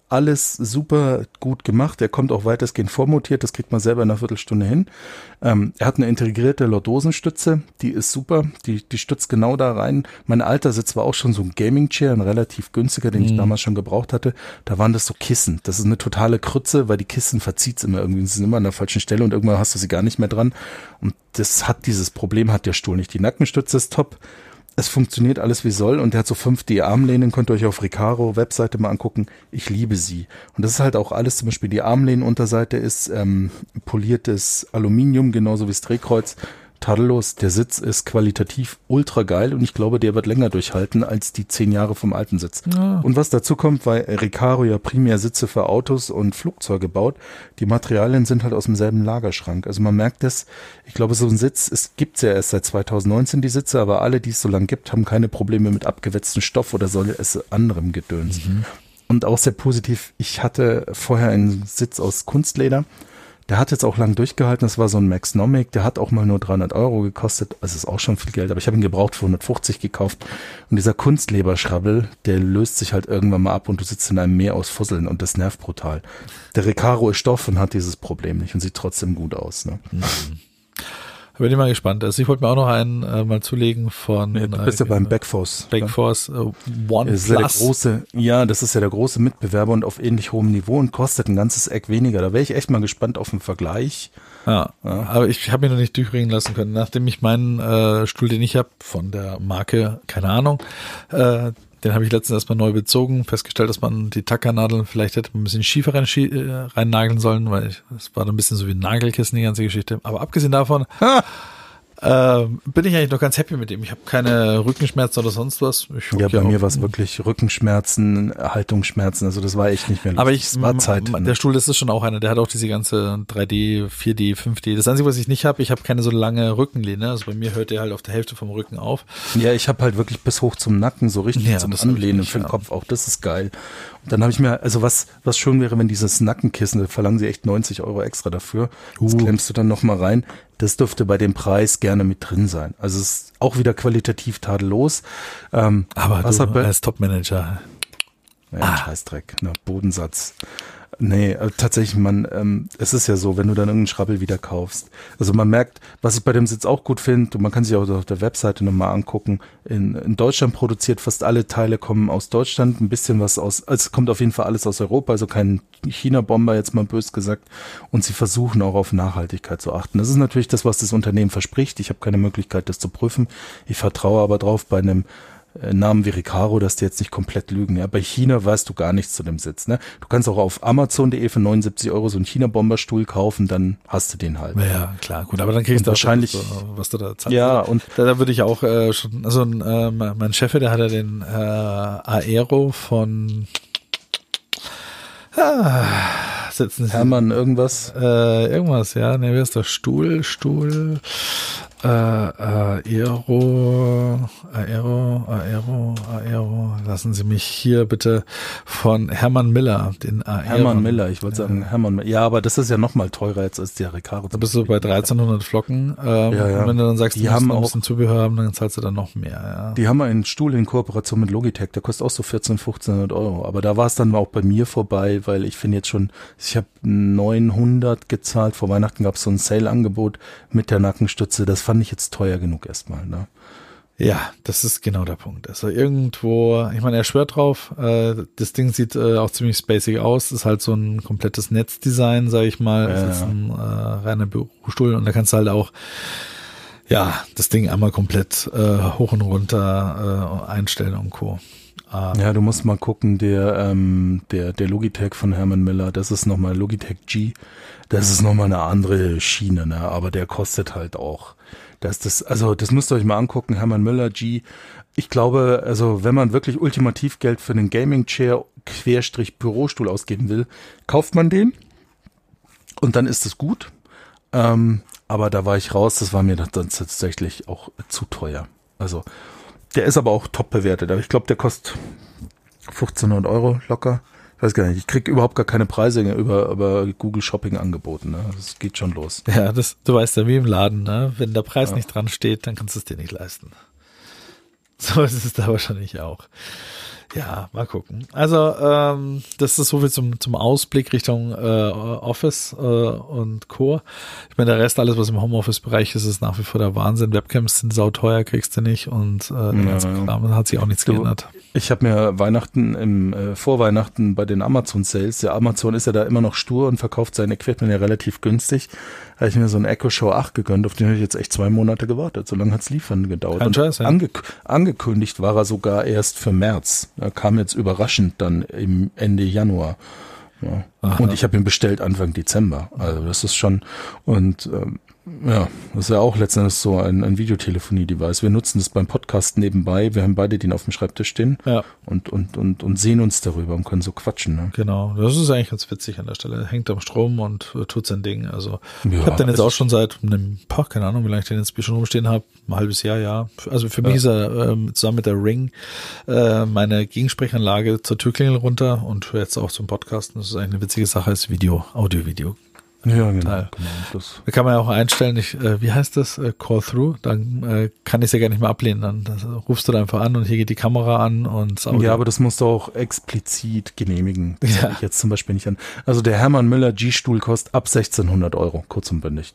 alles super gut gemacht. Er kommt auch weitestgehend vormontiert, das kriegt man selber in einer Viertelstunde hin. Er hat eine integrierte Lordosenstütze, die ist super, die stützt genau da rein. Mein alter Sitz war auch schon so ein Gaming-Chair, ein relativ günstiger, den ich damals schon gebraucht hatte. Da waren das so Kissen. Das ist eine totale Krütze, weil die Kissen verzieht's immer irgendwie. Sie sind immer an der falschen Stelle und irgendwann hast du sie gar nicht mehr dran. Und dieses Problem hat der Stuhl nicht. Die Nackenstütze ist top. Es funktioniert alles wie soll und der hat so 5D-Armlehnen, könnt ihr euch auf Recaro-Webseite mal angucken. Ich liebe sie. Und das ist halt auch alles, zum Beispiel die Armlehnenunterseite ist poliertes Aluminium, genauso wie das Drehkreuz. Tadellos, der Sitz ist qualitativ ultra geil und ich glaube, der wird länger durchhalten als die 10 Jahre vom alten Sitz. Ja. Und was dazu kommt, weil Recaro ja primär Sitze für Autos und Flugzeuge baut, die Materialien sind halt aus demselben Lagerschrank. Also man merkt das, ich glaube, so ein Sitz, es gibt's ja erst seit 2019 die Sitze, aber alle, die es so lang gibt, haben keine Probleme mit abgewetztem Stoff oder soll es anderem Gedöns. Und auch sehr positiv, ich hatte vorher einen Sitz aus Kunstleder. Der hat jetzt auch lang durchgehalten, das war so ein Maxnomic, der hat auch mal nur 300 € gekostet, also ist auch schon viel Geld, aber ich habe ihn gebraucht für 150 gekauft und dieser Kunstleberschrabbel, der löst sich halt irgendwann mal ab und du sitzt in einem Meer aus Fusseln und das nervt brutal. Der Recaro ist Stoff und hat dieses Problem nicht und sieht trotzdem gut aus. Ne? Da bin ich mal gespannt. Also ich wollte mir auch noch einen mal zulegen von... Ja, du bist ja beim Backforce. Backforce One das Plus. Das ist ja der große Mitbewerber und auf ähnlich hohem Niveau und kostet ein ganzes Eck weniger. Da wäre ich echt mal gespannt auf den Vergleich. Ja, aber ich habe mich noch nicht durchringen lassen können. Nachdem ich meinen Stuhl, den ich habe, von der Marke, keine Ahnung, den habe ich letztens erstmal neu bezogen, festgestellt, dass man die Tackernadeln vielleicht hätte ein bisschen schiefer reinnageln sollen, weil es war dann ein bisschen so wie ein Nagelkissen, die ganze Geschichte. Aber abgesehen davon bin ich eigentlich noch ganz happy mit dem. Ich habe keine Rückenschmerzen oder sonst was. Bei mir war es wirklich Rückenschmerzen, Haltungsschmerzen, also das war echt nicht mehr lustig. Aber war Zeit. Der Stuhl, das ist schon auch einer, der hat auch diese ganze 3D, 4D, 5D. Das Einzige, was ich nicht habe, ich habe keine so lange Rückenlehne. Also bei mir hört der halt auf der Hälfte vom Rücken auf. Ja, ich habe halt wirklich bis hoch zum Nacken, so richtig zum Anlehnen für den Kopf auch. Das ist geil. Und dann habe ich mir, also was schön wäre, wenn dieses Nackenkissen, da verlangen sie echt 90 € extra dafür. Das klemmst du dann nochmal rein. Das dürfte bei dem Preis gerne mit drin sein. Also es ist auch wieder qualitativ tadellos. Aber du als Topmanager. Ja, Scheißdreck, ne, Bodensatz. Nee, tatsächlich, es ist ja so, wenn du dann irgendeinen Schrabbel wieder kaufst. Also man merkt, was ich bei dem Sitz auch gut finde, man kann sich auch auf der Webseite nochmal angucken, in Deutschland produziert, fast alle Teile kommen aus Deutschland, ein bisschen was es kommt auf jeden Fall alles aus Europa, also kein China-Bomber, jetzt mal bös gesagt, und sie versuchen auch auf Nachhaltigkeit zu achten. Das ist natürlich das, was das Unternehmen verspricht. Ich habe keine Möglichkeit, das zu prüfen. Ich vertraue aber drauf bei einem Namen wie Recaro, dass die jetzt nicht komplett lügen. Ja, bei China weißt du gar nichts zu dem Sitz. Ne? Du kannst auch auf Amazon.de für 79 € so einen China-Bomberstuhl kaufen, dann hast du den halt. Ja, klar, gut, aber dann kriegst du wahrscheinlich auch, was du da zahlst. Ja, und da würde ich auch schon, also mein Chef, der hat ja den Aero von Hermann irgendwas? Irgendwas, ja. Ne, wer ist das? Stuhl, Aero. Lassen Sie mich hier bitte von Hermann Miller, den Aero. Hermann Miller, ich wollte sagen Hermann Miller. Ja, aber das ist ja nochmal teurer jetzt als der Recaro. Da bist du bei 1300 Flocken. Und wenn du dann sagst, die haben auch ein auch bisschen Zubehör haben, dann zahlst du dann noch mehr. Ja. Die haben einen Stuhl in Kooperation mit Logitech, der kostet auch so 1400, 1500 €. Aber da war es dann auch bei mir vorbei, weil ich finde jetzt schon, ich habe 900 gezahlt. Vor Weihnachten gab es so ein Sale-Angebot mit der Nackenstütze. Das fand ich jetzt teuer genug erstmal. Ne? Ja, das ist genau der Punkt. Also irgendwo, ich meine, er schwört drauf, das Ding sieht auch ziemlich spacig aus, ist halt so ein komplettes Netzdesign, sage ich mal. Das ist ein reiner Bürostuhl und da kannst du halt auch das Ding einmal komplett hoch und runter einstellen und Co. Ja, du musst mal gucken, der Logitech von Hermann Miller, das ist nochmal Logitech G, das ist nochmal eine andere Schiene, ne? Aber der kostet halt auch. Das müsst ihr euch mal angucken, Hermann Miller G. Ich glaube, also wenn man wirklich ultimativ Geld für einen Gaming-Chair / Bürostuhl ausgeben will, kauft man den und dann ist es gut. Aber da war ich raus, das war mir dann tatsächlich auch zu teuer. Also der ist aber auch top bewertet. Aber ich glaube, der kostet 1500 € locker. Ich weiß gar nicht, ich krieg überhaupt gar keine Preise über Google Shopping angeboten. Ne? Das geht schon los. Ja, du weißt ja, wie im Laden, ne? Wenn der Preis nicht dran steht, dann kannst du es dir nicht leisten. So ist es da wahrscheinlich auch. Ja, mal gucken. Also, das ist so viel zum Ausblick Richtung Office und Co. Ich meine, der Rest, alles, was im Homeoffice-Bereich ist, ist nach wie vor der Wahnsinn. Webcams sind sauteuer, kriegst du nicht und Kram hat sich auch nichts geändert. Ich habe mir vor Weihnachten bei den Amazon-Sales, der Amazon ist ja da immer noch stur und verkauft sein Equipment ja relativ günstig, habe ich mir so einen Echo Show 8 gegönnt, auf den habe ich jetzt echt 2 Monate gewartet. So lange hat's liefern gedauert. Kein Scheiß, ja. Angekündigt war er sogar erst für März. Er kam jetzt überraschend dann im Ende Januar. Ja. Und ich habe ihn bestellt Anfang Dezember. Also das ist schon, und ja, das ist ja auch letztendlich so ein Videotelefonie-Device. Wir nutzen das beim Podcast nebenbei. Wir haben beide den auf dem Schreibtisch stehen und sehen uns darüber und können so quatschen. Ne? Genau, das ist eigentlich ganz witzig an der Stelle. Hängt am Strom und tut sein Ding. Also ja, ich habe den jetzt auch schon seit einem keine Ahnung, wie lange ich den jetzt schon rumstehen habe. Ein halbes Jahr, ja. Also für mich ist er zusammen mit der Ring meine Gegensprechanlage zur Türklingel runter und jetzt auch zum Podcasten. Das ist eigentlich eine witzige Sache als Audio-Video. Ja, genau. Das. Da kann man ja auch einstellen, wie heißt das? Call-Through. Dann kann ich es ja gar nicht mehr ablehnen. Dann rufst du da einfach an und hier geht die Kamera an und das Audio. Ja, aber das musst du auch explizit genehmigen. Das habe ich jetzt zum Beispiel nicht an. Also der Hermann Müller G-Stuhl kostet ab 1.600 €, kurz und bündig.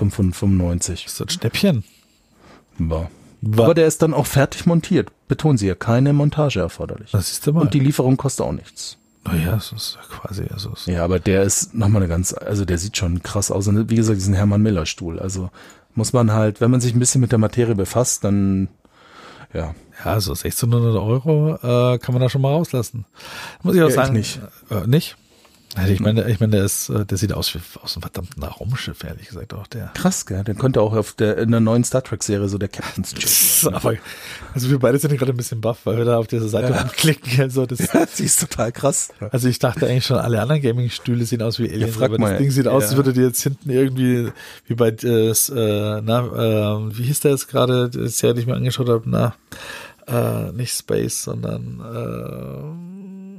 1.595. Das ist ein Schnäppchen. War. Aber der ist dann auch fertig montiert. Betonen Sie ja, keine Montage erforderlich. Das ist immer. Und die Lieferung kostet auch nichts. Naja, es ist quasi, ja, aber der ist nochmal also der sieht schon krass aus. Und wie gesagt, diesen Hermann Miller Stuhl. Also muss man halt, wenn man sich ein bisschen mit der Materie befasst, dann, ja. Ja, so 1.600 € kann man da schon mal rauslassen. Muss ich auch sagen. Nicht. Nicht? Also ich meine, der sieht aus wie aus einem verdammten Raumschiff, ehrlich gesagt auch der. Krass, gell? Der könnte auch in der neuen Star Trek Serie so der Captain's Chief. Aber, also wir beide sind gerade ein bisschen baff, weil wir da auf dieser Seite rumklicken. Also das ist total krass. Also ich dachte eigentlich schon, alle anderen Gaming-Stühle sehen aus wie Aliens, aber das Ding sieht aus, als würde die jetzt hinten irgendwie, wie bei, wie hieß der jetzt gerade, das Jahr, die ich mir angeschaut habe, nicht Space, sondern,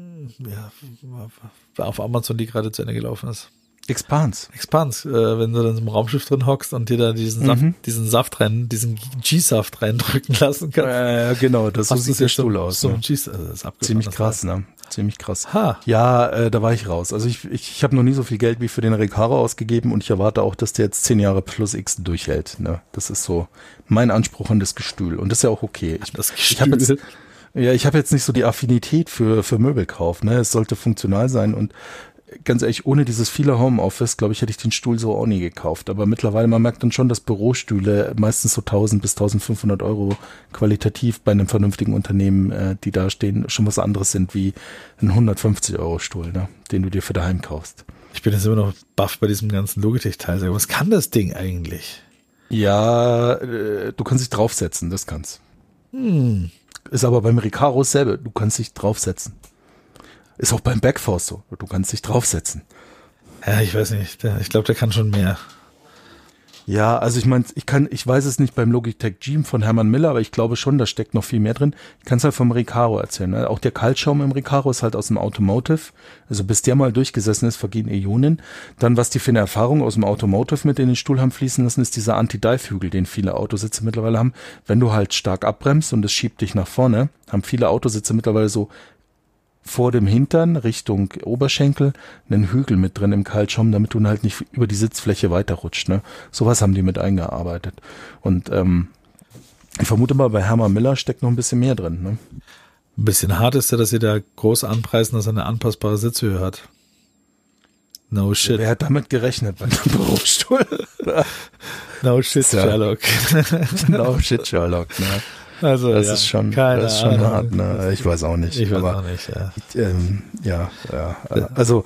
auf Amazon, die gerade zu Ende gelaufen ist. Expanse, wenn du dann im Raumschiff drin hockst und dir da diesen G-Saft reindrücken lassen kannst. Genau, das sieht der Stuhl aus. So ne? ein also das ist ziemlich krass, ne? Ziemlich krass. Ha. Ja, da war ich raus. Also ich habe noch nie so viel Geld wie für den Recaro ausgegeben und ich erwarte auch, dass der jetzt 10 Jahre plus X durchhält. Ne? Das ist so mein Anspruch an das Gestühl und das ist ja auch okay. Ich habe jetzt nicht so die Affinität für Möbelkauf. Ne? Es sollte funktional sein und ganz ehrlich, ohne dieses viele Homeoffice, glaube ich, hätte ich den Stuhl so auch nie gekauft. Aber mittlerweile, man merkt dann schon, dass Bürostühle meistens so 1.000 bis 1.500 € qualitativ bei einem vernünftigen Unternehmen, die da stehen, schon was anderes sind wie ein 150-€ ne? Den du dir für daheim kaufst. Ich bin jetzt immer noch baff bei diesem ganzen Logitech-Teil. Was kann das Ding eigentlich? Ja, du kannst dich draufsetzen, das kannst. Ist aber beim Recaro selber, du kannst dich draufsetzen. Ist auch beim Backforce so, du kannst dich draufsetzen. Ja, ich weiß nicht, ich glaube, der kann schon mehr. Ja, also ich meine, ich weiß es nicht beim Logitech G von Hermann Miller, aber ich glaube schon, da steckt noch viel mehr drin. Ich kann es halt vom Recaro erzählen. Ne? Auch der Kaltschaum im Recaro ist halt aus dem Automotive. Also bis der mal durchgesessen ist, vergehen Äonen. Dann, was die für eine Erfahrung aus dem Automotive mit in den Stuhl haben fließen lassen, ist dieser Anti-Dive-Hügel, den viele Autositze mittlerweile haben. Wenn du halt stark abbremst und es schiebt dich nach vorne, haben viele Autositze mittlerweile so vor dem Hintern Richtung Oberschenkel einen Hügel mit drin im Kaltschaum, damit du halt nicht über die Sitzfläche weiterrutscht. Ne? Sowas haben die mit eingearbeitet. Und ich vermute mal, bei Hermann Miller steckt noch ein bisschen mehr drin. Ne? Ein bisschen hart ist ja, dass sie da groß anpreisen, dass er eine anpassbare Sitzhöhe hat. No shit. Wer hat damit gerechnet bei einem Bürostuhl? No shit, Sherlock. No shit, Sherlock. Ne? Also das ist schon hart, ne? Ich weiß auch nicht. Ich weiß auch nicht, ja. Also,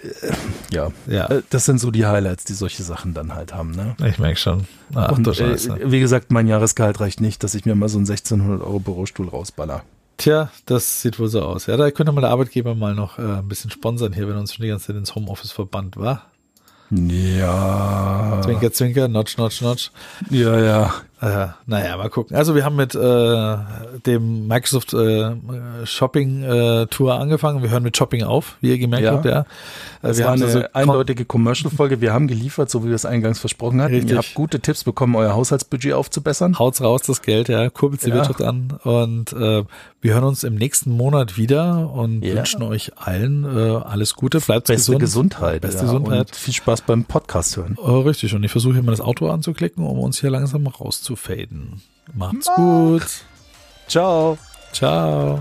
das sind so die Highlights, die solche Sachen dann halt haben, ne? Ich merke schon. Und wie gesagt, mein Jahresgehalt reicht nicht, dass ich mir mal so einen 1.600 € Bürostuhl rausballer. Tja, das sieht wohl so aus. Ja, da könnte mal der Arbeitgeber mal noch ein bisschen sponsern hier, wenn uns schon die ganze Zeit ins Homeoffice verbannt war. Ja. Zwinker, zwinker, notch, notch, notch. Ja. Naja, mal gucken. Also wir haben mit dem Microsoft Shopping Tour angefangen. Wir hören mit Shopping auf, wie ihr gemerkt habt. Ja. Das war eine eindeutige Commercial-Folge. Wir haben geliefert, so wie wir es eingangs versprochen hatten. Richtig. Ihr habt gute Tipps bekommen, euer Haushaltsbudget aufzubessern. Haut's raus, das Geld, ja, kurbelt die Wirtschaft an. Und wir hören uns im nächsten Monat wieder und wünschen euch allen alles Gute. Bleibt gesund. Gesundheit. Beste Gesundheit. Und viel Spaß beim Podcast hören. Richtig. Und ich versuche hier mal das Auto anzuklicken, um uns hier langsam rauszufaden. Macht's gut. Ciao. Ciao.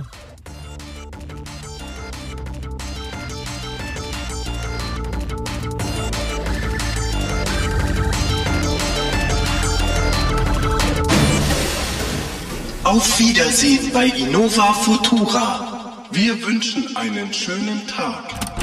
Auf Wiedersehen bei Innova Futura. Wir wünschen einen schönen Tag.